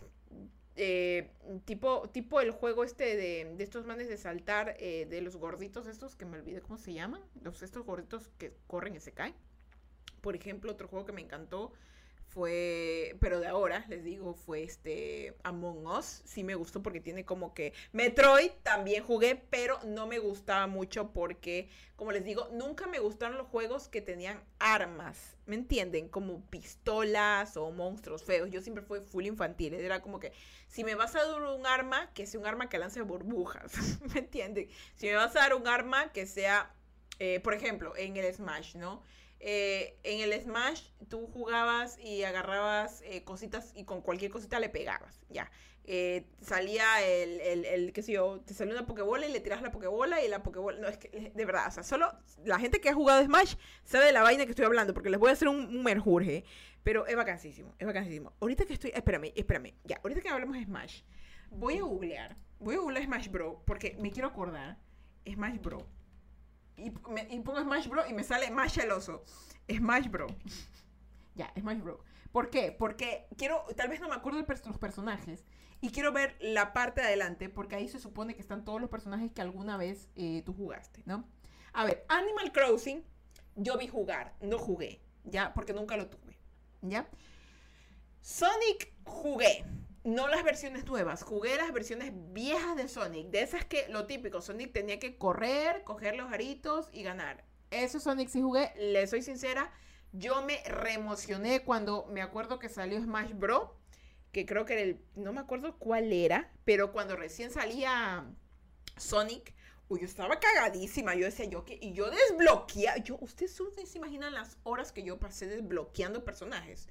tipo el juego de estos manes de saltar, de los gorditos estos, que me olvidé cómo se llaman, estos gorditos que corren y se caen. Por ejemplo, otro juego que me encantó pero de ahora, les digo, fue Among Us. Sí me gustó porque tiene como que... Metroid también jugué, pero no me gustaba mucho porque, como les digo, nunca me gustaron los juegos que tenían armas, ¿me entienden? Como pistolas o monstruos feos. Yo siempre fui full infantil, era como que, si me vas a dar un arma, que sea un arma que lance burbujas, ¿me entienden? Si me vas a dar un arma que sea, por ejemplo, en el Smash, ¿no? En el Smash tú jugabas y agarrabas cositas y con cualquier cosita le pegabas, ya. Salía qué sé yo, te salió una pokebola y le tiras la pokebola y la pokebola, no, es que, de verdad, o sea, solo la gente que ha jugado Smash sabe de la vaina que estoy hablando, porque les voy a hacer un merjurje, pero es vacancísimo, es vacancísimo. Ahorita que estoy, espérame, ya, ahorita que hablemos de Smash, voy a googlear Smash Bro, porque me quiero acordar, Smash Bro. Y pongo Smash Bro y me sale Masha el oso. Smash Bro. Ya, Smash Bro. ¿Por qué? Porque tal vez no me acuerdo de los personajes. Y quiero ver la parte de adelante, porque ahí se supone que están todos los personajes que alguna vez tú jugaste, ¿no? A ver, Animal Crossing, yo vi jugar, no jugué, ¿ya? Porque nunca lo tuve, ¿ya? Sonic jugué. No las versiones nuevas, jugué las versiones viejas de Sonic. De esas que, lo típico, Sonic tenía que correr, coger los aritos y ganar. Eso Sonic sí jugué, le soy sincera. Yo me reemocioné cuando me acuerdo que salió Smash Bros. Que creo que era no me acuerdo cuál era, pero cuando recién salía Sonic, yo estaba cagadísima. Yo decía, y yo desbloqueaba. Ustedes se imaginan las horas que yo pasé desbloqueando personajes.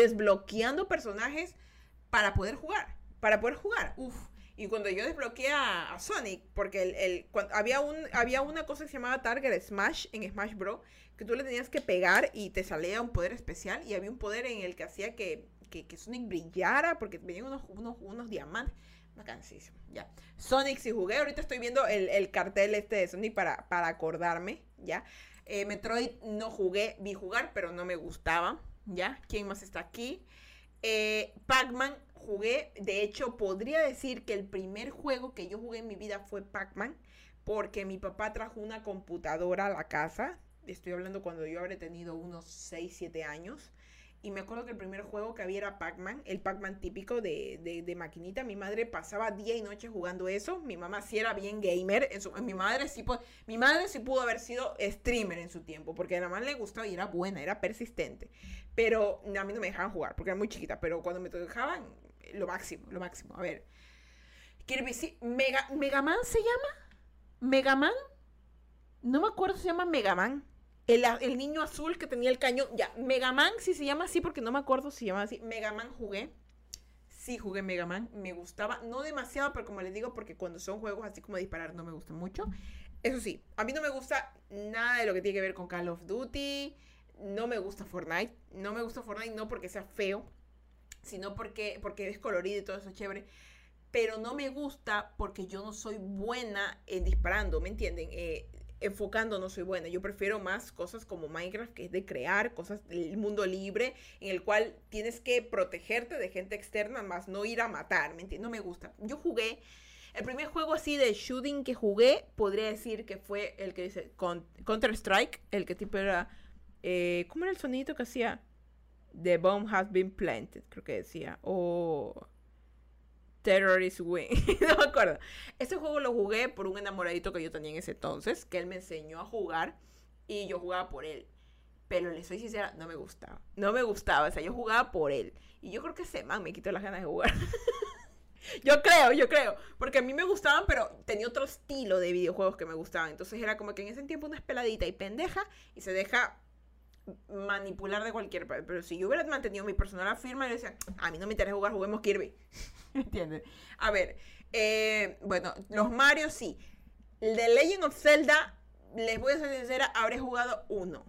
Para poder jugar. Uf. Y cuando yo desbloqueé a Sonic, porque había una cosa que se llamaba Target Smash en Smash Bros. Que tú le tenías que pegar y te salía un poder especial. Y había un poder en el que hacía que Sonic brillara, porque venían unos diamantes. Bacanísimo, ya. Sonic sí jugué. Ahorita estoy viendo el cartel de Sonic para acordarme, ya. Metroid no jugué, vi jugar, pero no me gustaba, ya. ¿Quién más está aquí? Pac-Man jugué, de hecho podría decir que el primer juego que yo jugué en mi vida fue Pac-Man, porque mi papá trajo una computadora a la casa, estoy hablando cuando yo habré tenido unos 6, 7 años, y me acuerdo que el primer juego que había era Pac-Man, el Pac-Man típico de maquinita. Mi madre pasaba día y noche jugando eso. Mi mamá sí era bien gamer. Mi madre sí pudo haber sido streamer en su tiempo, porque a la mamá le gustaba y era buena, era persistente. Pero a mí no me dejaban jugar, porque era muy chiquita. Pero cuando me dejaban, lo máximo. A ver. Kirby, sí. ¿Megaman se llama? ¿Megaman? No me acuerdo si se llama Megaman. El niño azul que tenía el cañón. Ya, Megaman sí se llama así porque no me acuerdo si se llama así. Megaman jugué. Sí jugué Megaman. Me gustaba. No demasiado, pero como les digo, porque cuando son juegos así como disparar no me gustan mucho. Eso sí, a mí no me gusta nada de lo que tiene que ver con Call of Duty. No me gusta Fortnite. No me gusta Fortnite no porque sea feo, sino porque es colorido y todo eso es chévere. Pero no me gusta porque yo no soy buena en disparando, ¿me entienden? Enfocando no soy buena. Yo prefiero más cosas como Minecraft, que es de crear cosas del mundo libre, en el cual tienes que protegerte de gente externa, más no ir a matar, ¿me entiendes? No me gusta. Yo jugué, el primer juego así de shooting que jugué, podría decir que fue el que dice Counter-Strike, el que tipo era, ¿cómo era el sonidito que hacía? The bomb has been planted, creo que decía, o... Terrorist Wing, no me acuerdo. Ese juego lo jugué por un enamoradito que yo tenía en ese entonces, que él me enseñó a jugar y yo jugaba por él. Pero le soy sincera, no me gustaba, o sea, yo jugaba por él. Y yo creo que ese man me quitó las ganas de jugar. Yo creo, porque a mí me gustaban, pero tenía otro estilo de videojuegos que me gustaban. Entonces era como que en ese tiempo una es peladita y pendeja y se deja manipular de cualquier... Pero si yo hubiera mantenido mi personal firme, yo decía, a mí no me interesa jugar, juguemos Kirby. ¿Entiendes? A ver, bueno, los Mario sí. El de Legend of Zelda, les voy a ser sincera, habré jugado uno.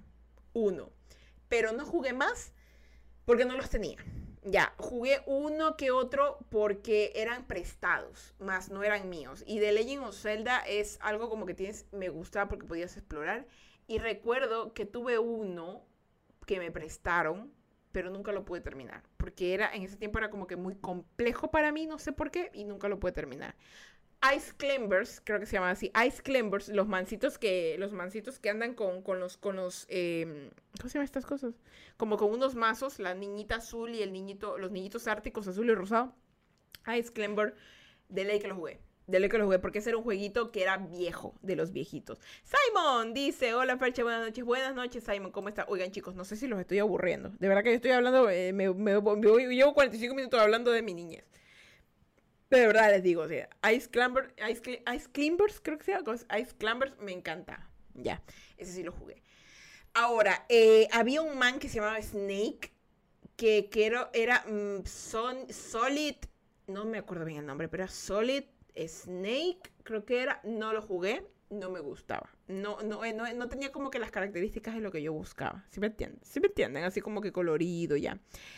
Pero no jugué más porque no los tenía. Ya, jugué uno que otro porque eran prestados, más no eran míos. Y de Legend of Zelda es algo como que me gustaba porque podías explorar. Y recuerdo que tuve uno que me prestaron, pero nunca lo pude terminar. Porque en ese tiempo era como que muy complejo para mí, no sé por qué, y nunca lo pude terminar. Ice Climbers, creo que se llaman así, Ice Climbers, los mancitos que andan con los, ¿cómo se llaman estas cosas? Como con unos mazos, la niñita azul y los niñitos árticos azul y rosado. Ice Climber, de ley que lo jugué. De ley que lo jugué, porque ese era un jueguito que era viejo, de los viejitos. Simon dice, hola Ferche, buenas noches. Buenas noches, Simon, ¿cómo está? Oigan, chicos, no sé si los estoy aburriendo. De verdad que yo estoy hablando, llevo 45 minutos hablando de mi niñez. De verdad les digo, o sea, Ice Climbers, creo que se llama, Ice Climbers, me encanta. Ya, ese sí lo jugué. Ahora, había un man que se llamaba Snake, que era Solid, no me acuerdo bien el nombre, pero era Solid Snake, creo que era, no lo jugué, no me gustaba. No tenía como que las características de lo que yo buscaba. ¿Sí me entienden? ¿Sí me entienden? Así como que colorido ya.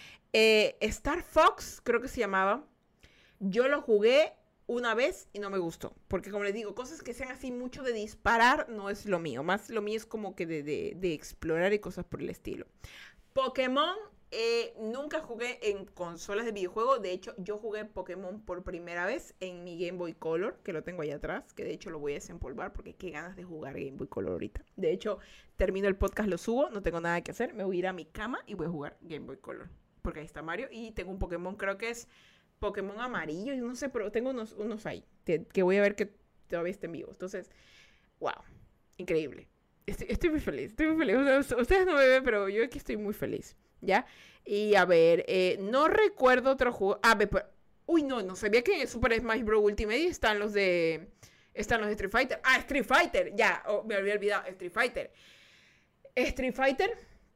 Star Fox, creo que se llamaba. Yo lo jugué una vez y no me gustó. Porque como les digo, cosas que sean así mucho de disparar no es lo mío. Más lo mío es como que de explorar y cosas por el estilo. Pokémon, nunca jugué en consolas de videojuego. De hecho, yo jugué Pokémon por primera vez en mi Game Boy Color, que lo tengo allá atrás, que de hecho lo voy a desempolvar porque qué ganas de jugar Game Boy Color ahorita. De hecho, termino el podcast, lo subo, no tengo nada que hacer, me voy a ir a mi cama y voy a jugar Game Boy Color. Porque ahí está Mario y tengo un Pokémon, creo que es Pokémon amarillo, yo no sé, pero tengo unos ahí, que voy a ver que todavía estén vivos. Entonces, wow, increíble. Estoy muy feliz, O sea, ustedes no me ven, pero yo aquí estoy muy feliz, ¿ya? Y a ver, no recuerdo otro juego. Uy, no sabía que en Super Smash Bros. Ultimate están los de Street Fighter. Street Fighter, ya, me había olvidado, Street Fighter,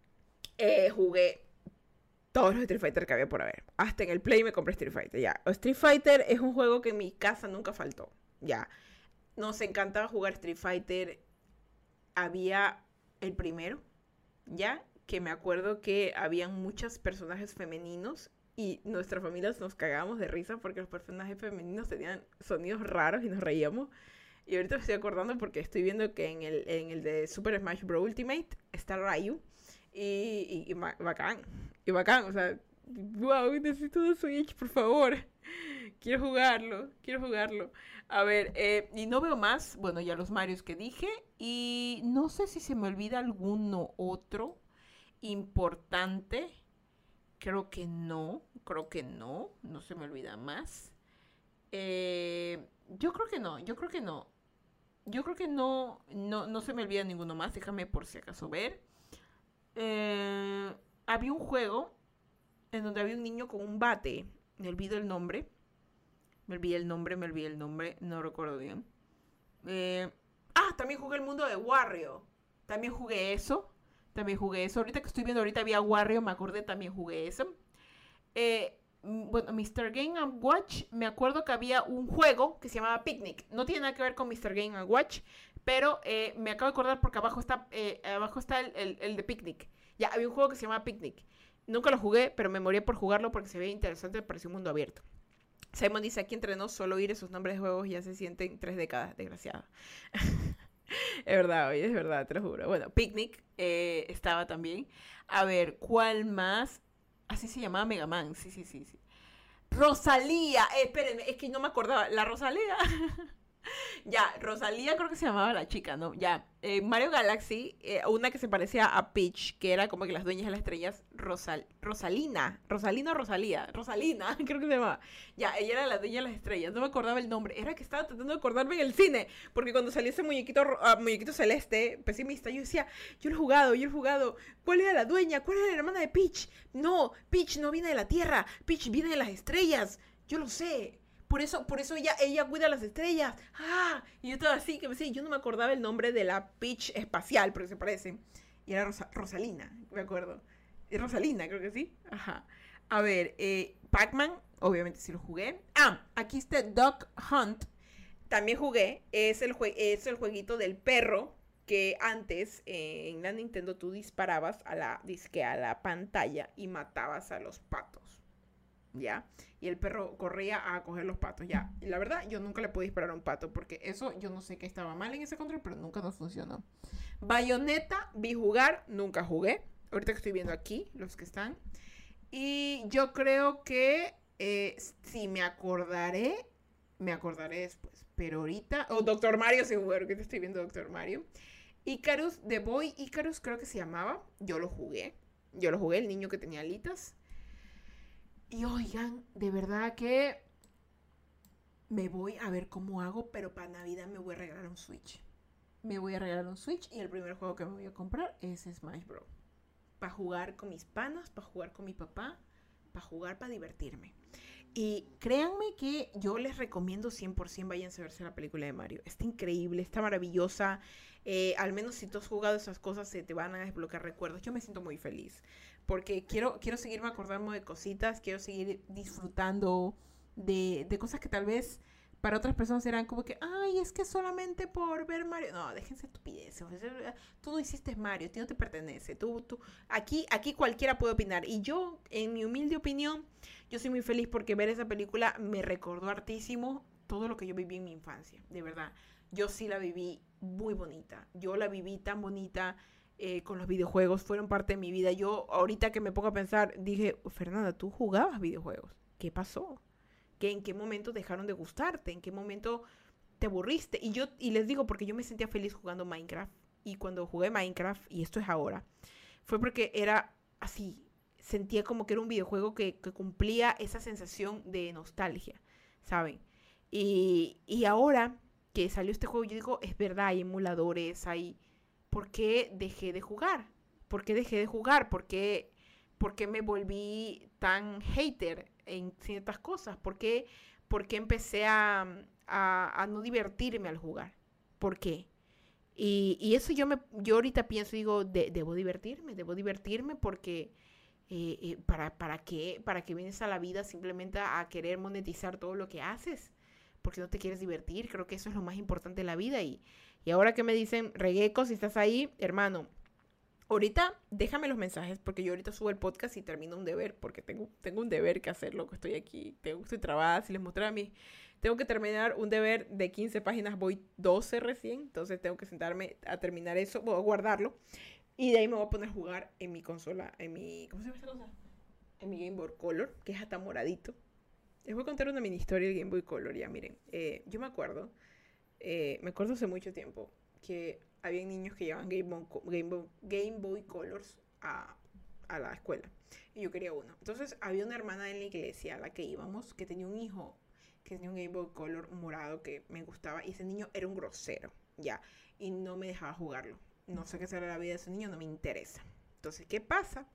jugué todos los Street Fighter que había por haber. Hasta en el Play me compré Street Fighter, ya. Street Fighter es un juego que en mi casa nunca faltó, ya. Nos encantaba jugar Street Fighter. Había el primero, ya, que me acuerdo que habían muchos personajes femeninos y nuestras familias nos cagábamos de risa porque los personajes femeninos tenían sonidos raros y nos reíamos. Y ahorita me estoy acordando porque estoy viendo que en el de Super Smash Bros. Ultimate está Ryu. Y bacán, o sea, wow, necesito un Switch, por favor. Quiero jugarlo. A ver, y no veo más, bueno, ya los Marios que dije, y no sé si se me olvida alguno otro importante. Creo que no se me olvida más. Yo creo que no se me olvida ninguno más, déjame por si acaso ver. Había un juego en donde había un niño con un bate. Me olvidé el nombre, no recuerdo bien. También jugué el mundo de Wario. También jugué eso. Ahorita que estoy viendo, ahorita había Wario, me acordé, también jugué eso. Bueno, Mr. Game & Watch, me acuerdo que había un juego que se llamaba Picnic. No tiene nada que ver con Mr. Game & Watch, pero me acabo de acordar porque abajo está el de Picnic. Ya, había un juego que se llamaba Picnic. Nunca lo jugué, pero me morí por jugarlo porque se veía interesante, me pareció un mundo abierto. Simon dice, aquí entre nos, solo oír esos nombres de juegos ya se sienten 3 décadas, desgraciado. Es verdad, oye, es verdad, te lo juro. Bueno, Picnic estaba también. A ver, ¿cuál más? Así se llamaba Mega Man, sí. Rosalía, espérenme, es que no me acordaba. La Rosalía. Ya, Rosalía creo que se llamaba la chica, ¿no? Ya, Mario Galaxy, una que se parecía a Peach, que era como que las dueñas de las estrellas, Rosalina, Rosalina, creo que se llamaba. Ya, ella era la dueña de las estrellas, no me acordaba el nombre, era que estaba tratando de acordarme en el cine, porque cuando salió ese muñequito celeste, pesimista, yo decía, yo lo he jugado, ¿cuál era la dueña? ¿Cuál era la hermana de Peach? No, Peach no viene de la Tierra, Peach viene de las estrellas, yo lo sé. Por eso ella cuida las estrellas. Y yo estaba así, que me decía, yo no me acordaba el nombre de la Peach espacial, porque se parecen. Y era Rosalina, me acuerdo. Rosalina, creo que sí. Ajá. A ver, Pac-Man, obviamente sí lo jugué. Aquí está Duck Hunt. También jugué. Es el jueguito del perro que antes en la Nintendo tú disparabas a la pantalla y matabas a los patos. ¿Ya? Y el perro corría a coger los patos, ya. Y la verdad, yo nunca le pude disparar a un pato, porque eso, yo no sé qué estaba mal en ese control, pero nunca nos funcionó. Bayonetta, vi jugar, nunca jugué. Ahorita que estoy viendo aquí, los que están. Y yo creo que, si me acordaré después. Pero ahorita, o Doctor Mario seguro que te estoy viendo Doctor Mario. Icarus, The Boy Icarus creo que se llamaba. Yo lo jugué, el niño que tenía alitas. Y oigan, de verdad que me voy a ver cómo hago, pero para Navidad me voy a regalar un Switch. Me voy a regalar un Switch y el primer juego que me voy a comprar es Smash Bros. Para jugar con mis panas, para jugar con mi papá, para jugar, para divertirme. Y créanme que yo les recomiendo 100% váyanse a verse la película de Mario. Está increíble, está maravillosa. Al menos si tú has jugado esas cosas se te van a desbloquear recuerdos. Yo me siento muy feliz porque quiero seguirme acordando de cositas, quiero seguir disfrutando de cosas que tal vez para otras personas serán como que, ay, es que solamente por ver Mario. No, déjense estupideces. Tú no hiciste Mario, a ti no te pertenece. Aquí cualquiera puede opinar. Y yo, en mi humilde opinión, yo soy muy feliz porque ver esa película me recordó hartísimo todo lo que yo viví en mi infancia. De verdad, yo sí la viví muy bonita. Yo la viví tan bonita con los videojuegos. Fueron parte de mi vida. Yo, ahorita que me pongo a pensar, dije, Fernanda, ¿tú jugabas videojuegos? ¿Qué pasó? ¿En qué momento dejaron de gustarte? ¿En qué momento te aburriste? Y les digo, porque yo me sentía feliz jugando Minecraft. Y cuando jugué Minecraft, y esto es ahora, fue porque era así. Sentía como que era un videojuego que cumplía esa sensación de nostalgia, ¿saben? Y ahora que salió este juego, yo digo, es verdad, hay emuladores, hay... ¿Por qué dejé de jugar? ¿Por qué dejé de jugar? ¿Por qué me volví tan hater en ciertas cosas? ¿Por qué empecé a no divertirme al jugar? ¿Por qué? Y eso yo ahorita pienso y digo, debo divertirme porque ¿para qué? ¿Para qué vienes a la vida simplemente a querer monetizar todo lo que haces? Porque no te quieres divertir. Creo que eso es lo más importante de la vida. Y ahora que me dicen, Regueco, si estás ahí, hermano, ahorita déjame los mensajes porque yo ahorita subo el podcast y termino un deber porque tengo un deber que hacer, loco, estoy aquí, estoy trabada, si les mostrara tengo que terminar un deber de 15 páginas, voy 12 recién, entonces tengo que sentarme a terminar eso, voy a guardarlo y de ahí me voy a poner a jugar en mi consola, ¿cómo se llama esta cosa? En mi Game Boy Color, que es hasta moradito. Les voy a contar una mini historia del Game Boy Color, ya miren, yo me acuerdo hace mucho tiempo que había niños que llevaban Game Boy Colors a la escuela. Y yo quería uno. Entonces había una hermana en la iglesia a la que íbamos que tenía un hijo que tenía un Game Boy Color morado que me gustaba. Y ese niño era un grosero, ya. Y no me dejaba jugarlo. No sé qué será la vida de ese niño, no me interesa. Entonces, ¿qué pasa?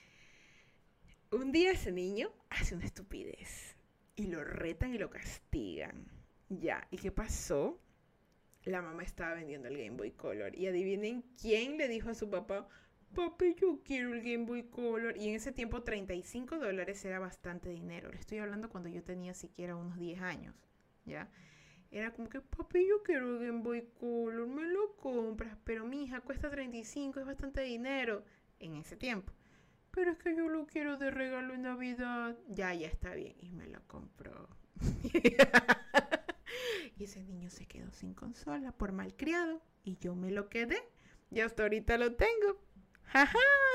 Un día ese niño hace una estupidez. Y lo retan y lo castigan. Ya. ¿Y qué pasó? La mamá estaba vendiendo el Game Boy Color. Y adivinen quién le dijo a su papá, papi, yo quiero el Game Boy Color. Y en ese tiempo $35 era bastante dinero. Le estoy hablando cuando yo tenía siquiera unos 10 años. ¿Ya? Era como que, papi, yo quiero el Game Boy Color, me lo compras. Pero mi hija cuesta 35, es bastante dinero. En ese tiempo. Pero es que yo lo quiero de regalo en Navidad. Ya está bien. Y me lo compró. Y ese niño se quedó sin consola por malcriado. Y yo me lo quedé. Y hasta ahorita lo tengo. Jaja.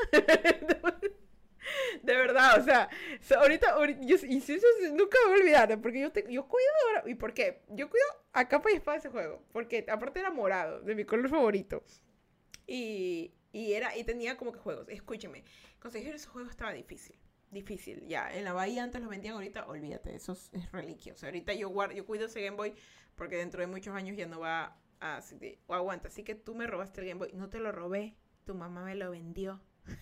De verdad, o sea, ahorita yo nunca me voy a olvidar. Porque yo cuido ahora. ¿Y por qué? Yo cuido a capa y espada ese juego. Porque aparte era morado, de mi color favorito. Y tenía como que juegos. Escúcheme, conseguir esos juegos estaba difícil. Ya, en la bahía antes los vendían, ahorita olvídate, eso es reliquia. O sea, ahorita yo cuido ese Game Boy porque dentro de muchos años ya no va o aguanta. Así que tú me robaste el Game Boy. No te lo robé, tu mamá me lo vendió.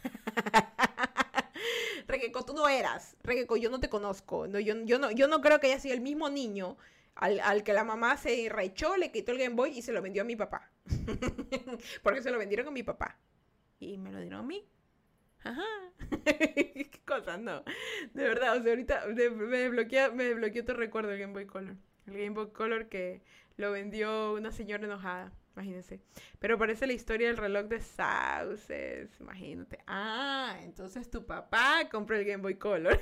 Requeco, tú no eras. Requeco, yo no te conozco. No, yo no creo que haya sido el mismo niño al que la mamá se rechó, le quitó el Game Boy y se lo vendió a mi papá. Porque se lo vendieron a mi papá. Y me lo dieron a mí. Ajá. Qué cosa, no. De verdad, o sea, ahorita me desbloqueó otro recuerdo del Game Boy Color. El Game Boy Color que lo vendió una señora enojada, imagínense. Pero parece la historia del reloj de Sauces, imagínate. Ah, entonces tu papá compró el Game Boy Color.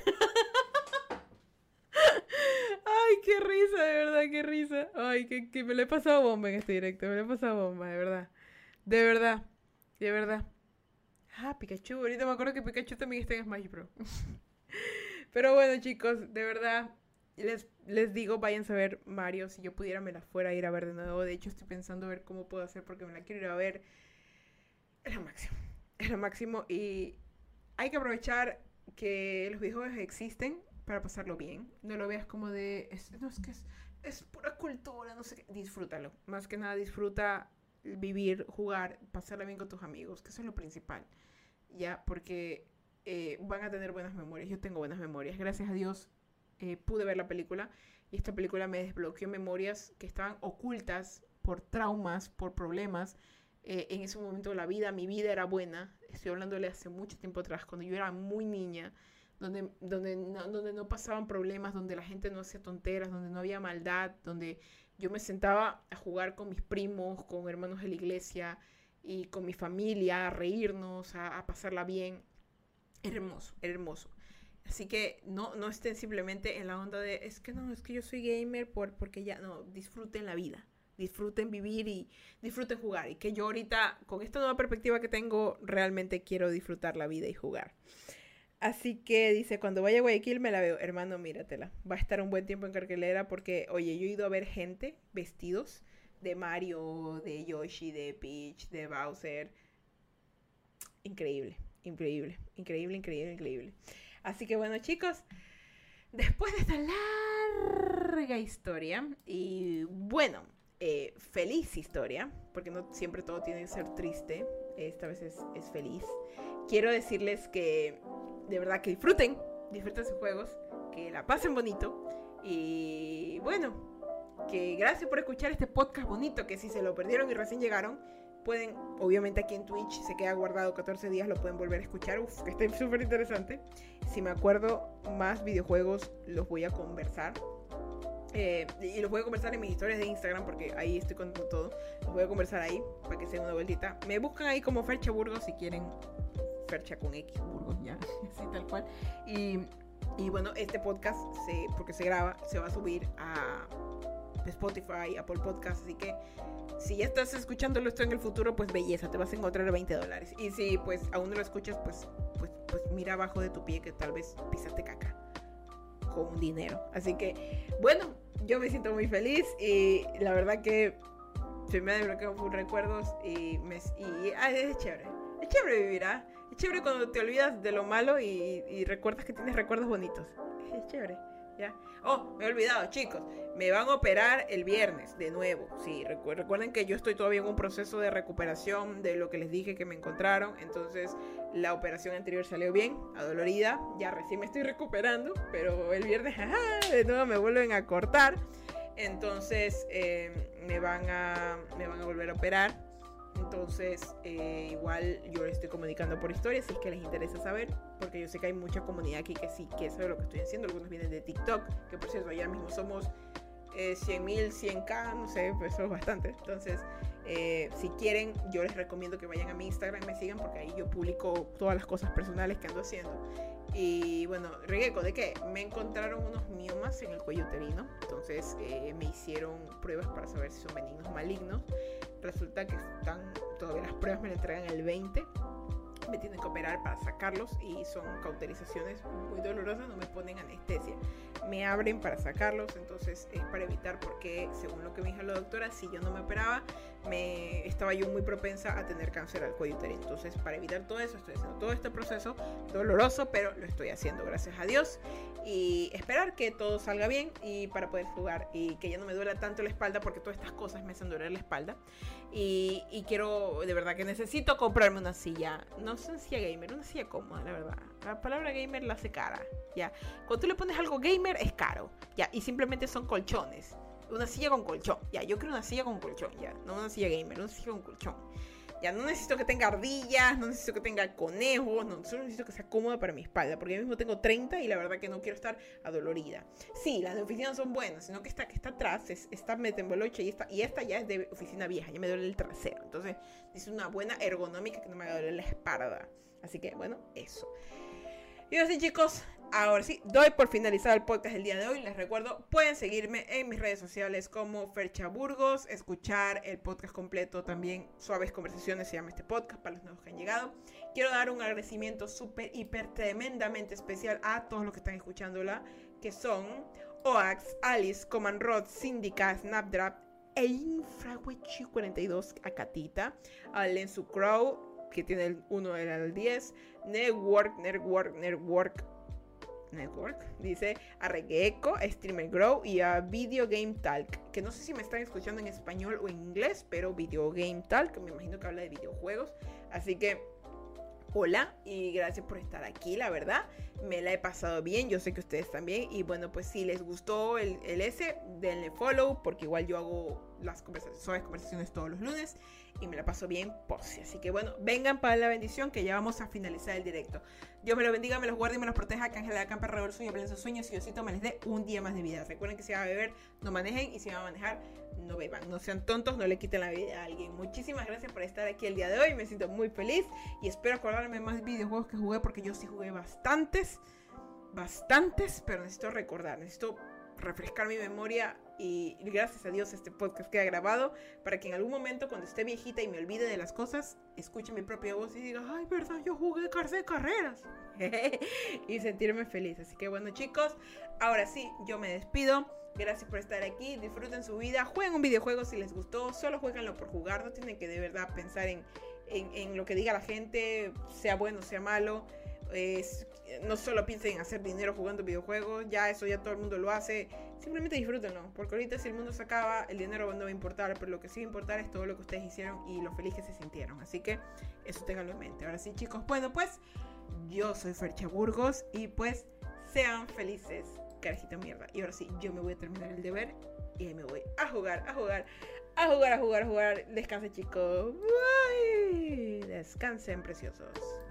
Ay, qué risa, de verdad, qué risa. Ay, que me lo he pasado bomba en este directo, me lo he pasado bomba, de verdad. De verdad, de verdad. Ah, Pikachu, ahorita me acuerdo que Pikachu también está en Smash Bros. Pero bueno, chicos, de verdad, les digo, vayan a ver Mario. Si yo pudiera me la fuera a ir a ver de nuevo. De hecho, estoy pensando ver cómo puedo hacer porque me la quiero ir a ver. Es lo máximo. Es lo máximo y hay que aprovechar que los videojuegos existen para pasarlo bien. No lo veas como de, no es que es pura cultura, no sé qué. Disfrútalo. Más que nada disfruta vivir, jugar, pasarla bien con tus amigos, que eso es lo principal. Ya, porque van a tener buenas memorias. Yo tengo buenas memorias. Gracias a Dios pude ver la película y esta película me desbloqueó memorias que estaban ocultas por traumas, por problemas. En ese momento de la vida, mi vida era buena. Estoy hablándole hace mucho tiempo atrás, cuando yo era muy niña, donde no pasaban problemas, donde la gente no hacía tonteras, donde no había maldad, donde yo me sentaba a jugar con mis primos, con hermanos de la iglesia y con mi familia, a reírnos, a pasarla bien. Era hermoso, era hermoso. Así que no estén simplemente en la onda de, es que yo soy gamer porque ya, no, disfruten la vida. Disfruten vivir y disfruten jugar. Y que yo ahorita, con esta nueva perspectiva que tengo, realmente quiero disfrutar la vida y jugar. Así que dice, cuando vaya a Guayaquil me la veo. Hermano, míratela. Va a estar un buen tiempo en cartelera porque, oye, yo he ido a ver gente vestidos de Mario, de Yoshi, de Peach, de Bowser. Increíble, increíble, increíble, increíble, increíble. Así que bueno, chicos, después de esta larga historia y bueno, feliz historia, porque no siempre todo tiene que ser triste, esta vez es feliz. Quiero decirles que de verdad que disfruten sus juegos, que la pasen bonito y bueno, que gracias por escuchar este podcast bonito, que si se lo perdieron y recién llegaron, pueden, obviamente aquí en Twitch se queda guardado 14 días, lo pueden volver a escuchar, que está súper interesante. Si me acuerdo más videojuegos los voy a conversar. Y los voy a conversar en mis historias de Instagram porque ahí estoy contando todo. Los voy a conversar ahí para que se den una vueltita. Me buscan ahí como Fercha Burgos si quieren. Fercha con X Burgos, ya, así tal cual. Y bueno, este podcast, porque se graba, se va a subir a Spotify, Apple Podcast. Así que si ya estás escuchándolo esto en el futuro, pues belleza, te vas a encontrar $20. Y si pues aún no lo escuchas, pues mira abajo de tu pie que tal vez pisaste caca con dinero. Así que, bueno, yo me siento muy feliz y la verdad que se me ha desbloqueado full recuerdos y es chévere. Es chévere vivir, ¿ah? Es chévere cuando te olvidas de lo malo y recuerdas que tienes recuerdos bonitos. Es chévere, ¿ya? Oh, me he olvidado, chicos. Me van a operar el viernes de nuevo. Sí, recuerden que yo estoy todavía en un proceso de recuperación de lo que les dije que me encontraron. Entonces, la operación anterior salió bien, adolorida. Ya recién me estoy recuperando, pero el viernes, de nuevo me vuelven a cortar. Entonces, me van a volver a operar. Entonces, igual yo les estoy comunicando por historias si es que les interesa saber, porque yo sé que hay mucha comunidad aquí que sí, que sabe lo que estoy haciendo. Algunos vienen de TikTok, que por cierto, allá mismo somos 100.000, 100k, no sé, pues eso es bastante. Entonces, si quieren, yo les recomiendo que vayan a mi Instagram y me sigan, porque ahí yo publico todas las cosas personales que ando haciendo. Y bueno, Regeco, ¿de qué? Me encontraron unos miomas en el cuello uterino. Entonces me hicieron pruebas para saber si son benignos o malignos. Resulta que todavía las pruebas me las entregan el 20. Me tienen que operar para sacarlos y son cauterizaciones muy dolorosas, no me ponen anestesia, me abren para sacarlos. Entonces es para evitar, porque según lo que me dijo la doctora, si yo no me operaba, estaba yo muy propensa a tener cáncer al cuello uterino. Entonces, para evitar todo eso, estoy haciendo todo este proceso doloroso, pero lo estoy haciendo, gracias a Dios, y esperar que todo salga bien y para poder jugar y que ya no me duela tanto la espalda, porque todas estas cosas me hacen doler la espalda. Y quiero, de verdad que necesito comprarme una silla, no es una silla gamer, una silla cómoda, la verdad. La palabra gamer la hace cara, ya. Cuando tú le pones algo gamer es caro, ya, y simplemente son colchones. Una silla con colchón, ya, yo quiero una silla con colchón, ya, no una silla gamer, una silla con colchón. Ya, no necesito que tenga ardillas, no necesito que tenga conejos, no, solo necesito que sea cómoda para mi espalda, porque yo mismo tengo 30 y la verdad que no quiero estar adolorida. Sí, las de oficina son buenas, sino que esta que está atrás, esta metemboloche y esta ya es de oficina vieja, ya me duele el trasero. Entonces, es una buena ergonómica que no me haga doler la espalda. Así que, bueno, eso. Y así, chicos, ahora sí, doy por finalizado el podcast del día de hoy. Les recuerdo, pueden seguirme en mis redes sociales como Fercha Burgos, escuchar el podcast completo también, Suaves Conversaciones se llama este podcast para los nuevos que han llegado. Quiero dar un agradecimiento súper, hiper, tremendamente especial a todos los que están escuchándola, que son Oax, Alice, Command Rod, Syndica, Snapdraft, e Infrawechi 42 a Catita, a Lensu Crow, que tiene el 1 al 10, Network, dice a Regeco, a Streamer Grow y a Video Game Talk, que no sé si me están escuchando en español o en inglés, pero Video Game Talk, me imagino que habla de videojuegos, así que hola y gracias por estar aquí, la verdad, me la he pasado bien, yo sé que ustedes también, y bueno, pues si les gustó el S, denle follow, porque igual yo hago las conversaciones todos los lunes, y me la paso bien, posi, así que bueno, vengan para la bendición, que ya vamos a finalizar el directo. Dios me lo bendiga, me los guarde y me los proteja, que Ángel de Acampa alrededor suyo, hablen sus sueños, y Diosito me les dé un día más de vida. Recuerden que si van a beber, no manejen, y si van a manejar, no beban, no sean tontos, no le quiten la vida a alguien. Muchísimas gracias por estar aquí el día de hoy, me siento muy feliz, y espero acordarme más videojuegos que jugué, porque yo sí jugué bastantes, pero necesito recordar, necesito refrescar mi memoria, y gracias a Dios este podcast queda grabado para que en algún momento cuando esté viejita y me olvide de las cosas, escuche mi propia voz y diga, ay, verdad, yo jugué carreras y sentirme feliz. Así que bueno, chicos, ahora sí, yo me despido. Gracias por estar aquí, disfruten su vida, jueguen un videojuego si les gustó, solo jueguenlo por jugar, no tienen que de verdad pensar en lo que diga la gente, sea bueno, sea malo. No solo piensen en hacer dinero jugando videojuegos, ya eso ya todo el mundo lo hace, simplemente disfrútenlo, porque ahorita si el mundo se acaba, el dinero no va a importar, pero lo que sí va a importar es todo lo que ustedes hicieron y lo feliz que se sintieron, así que eso ténganlo en mente. Ahora sí, chicos, bueno, pues yo soy Fercha Burgos y pues sean felices, carajita mierda. Y ahora sí, yo me voy a terminar el deber y ahí me voy a jugar. Descansen, chicos. Bye. Descansen, preciosos.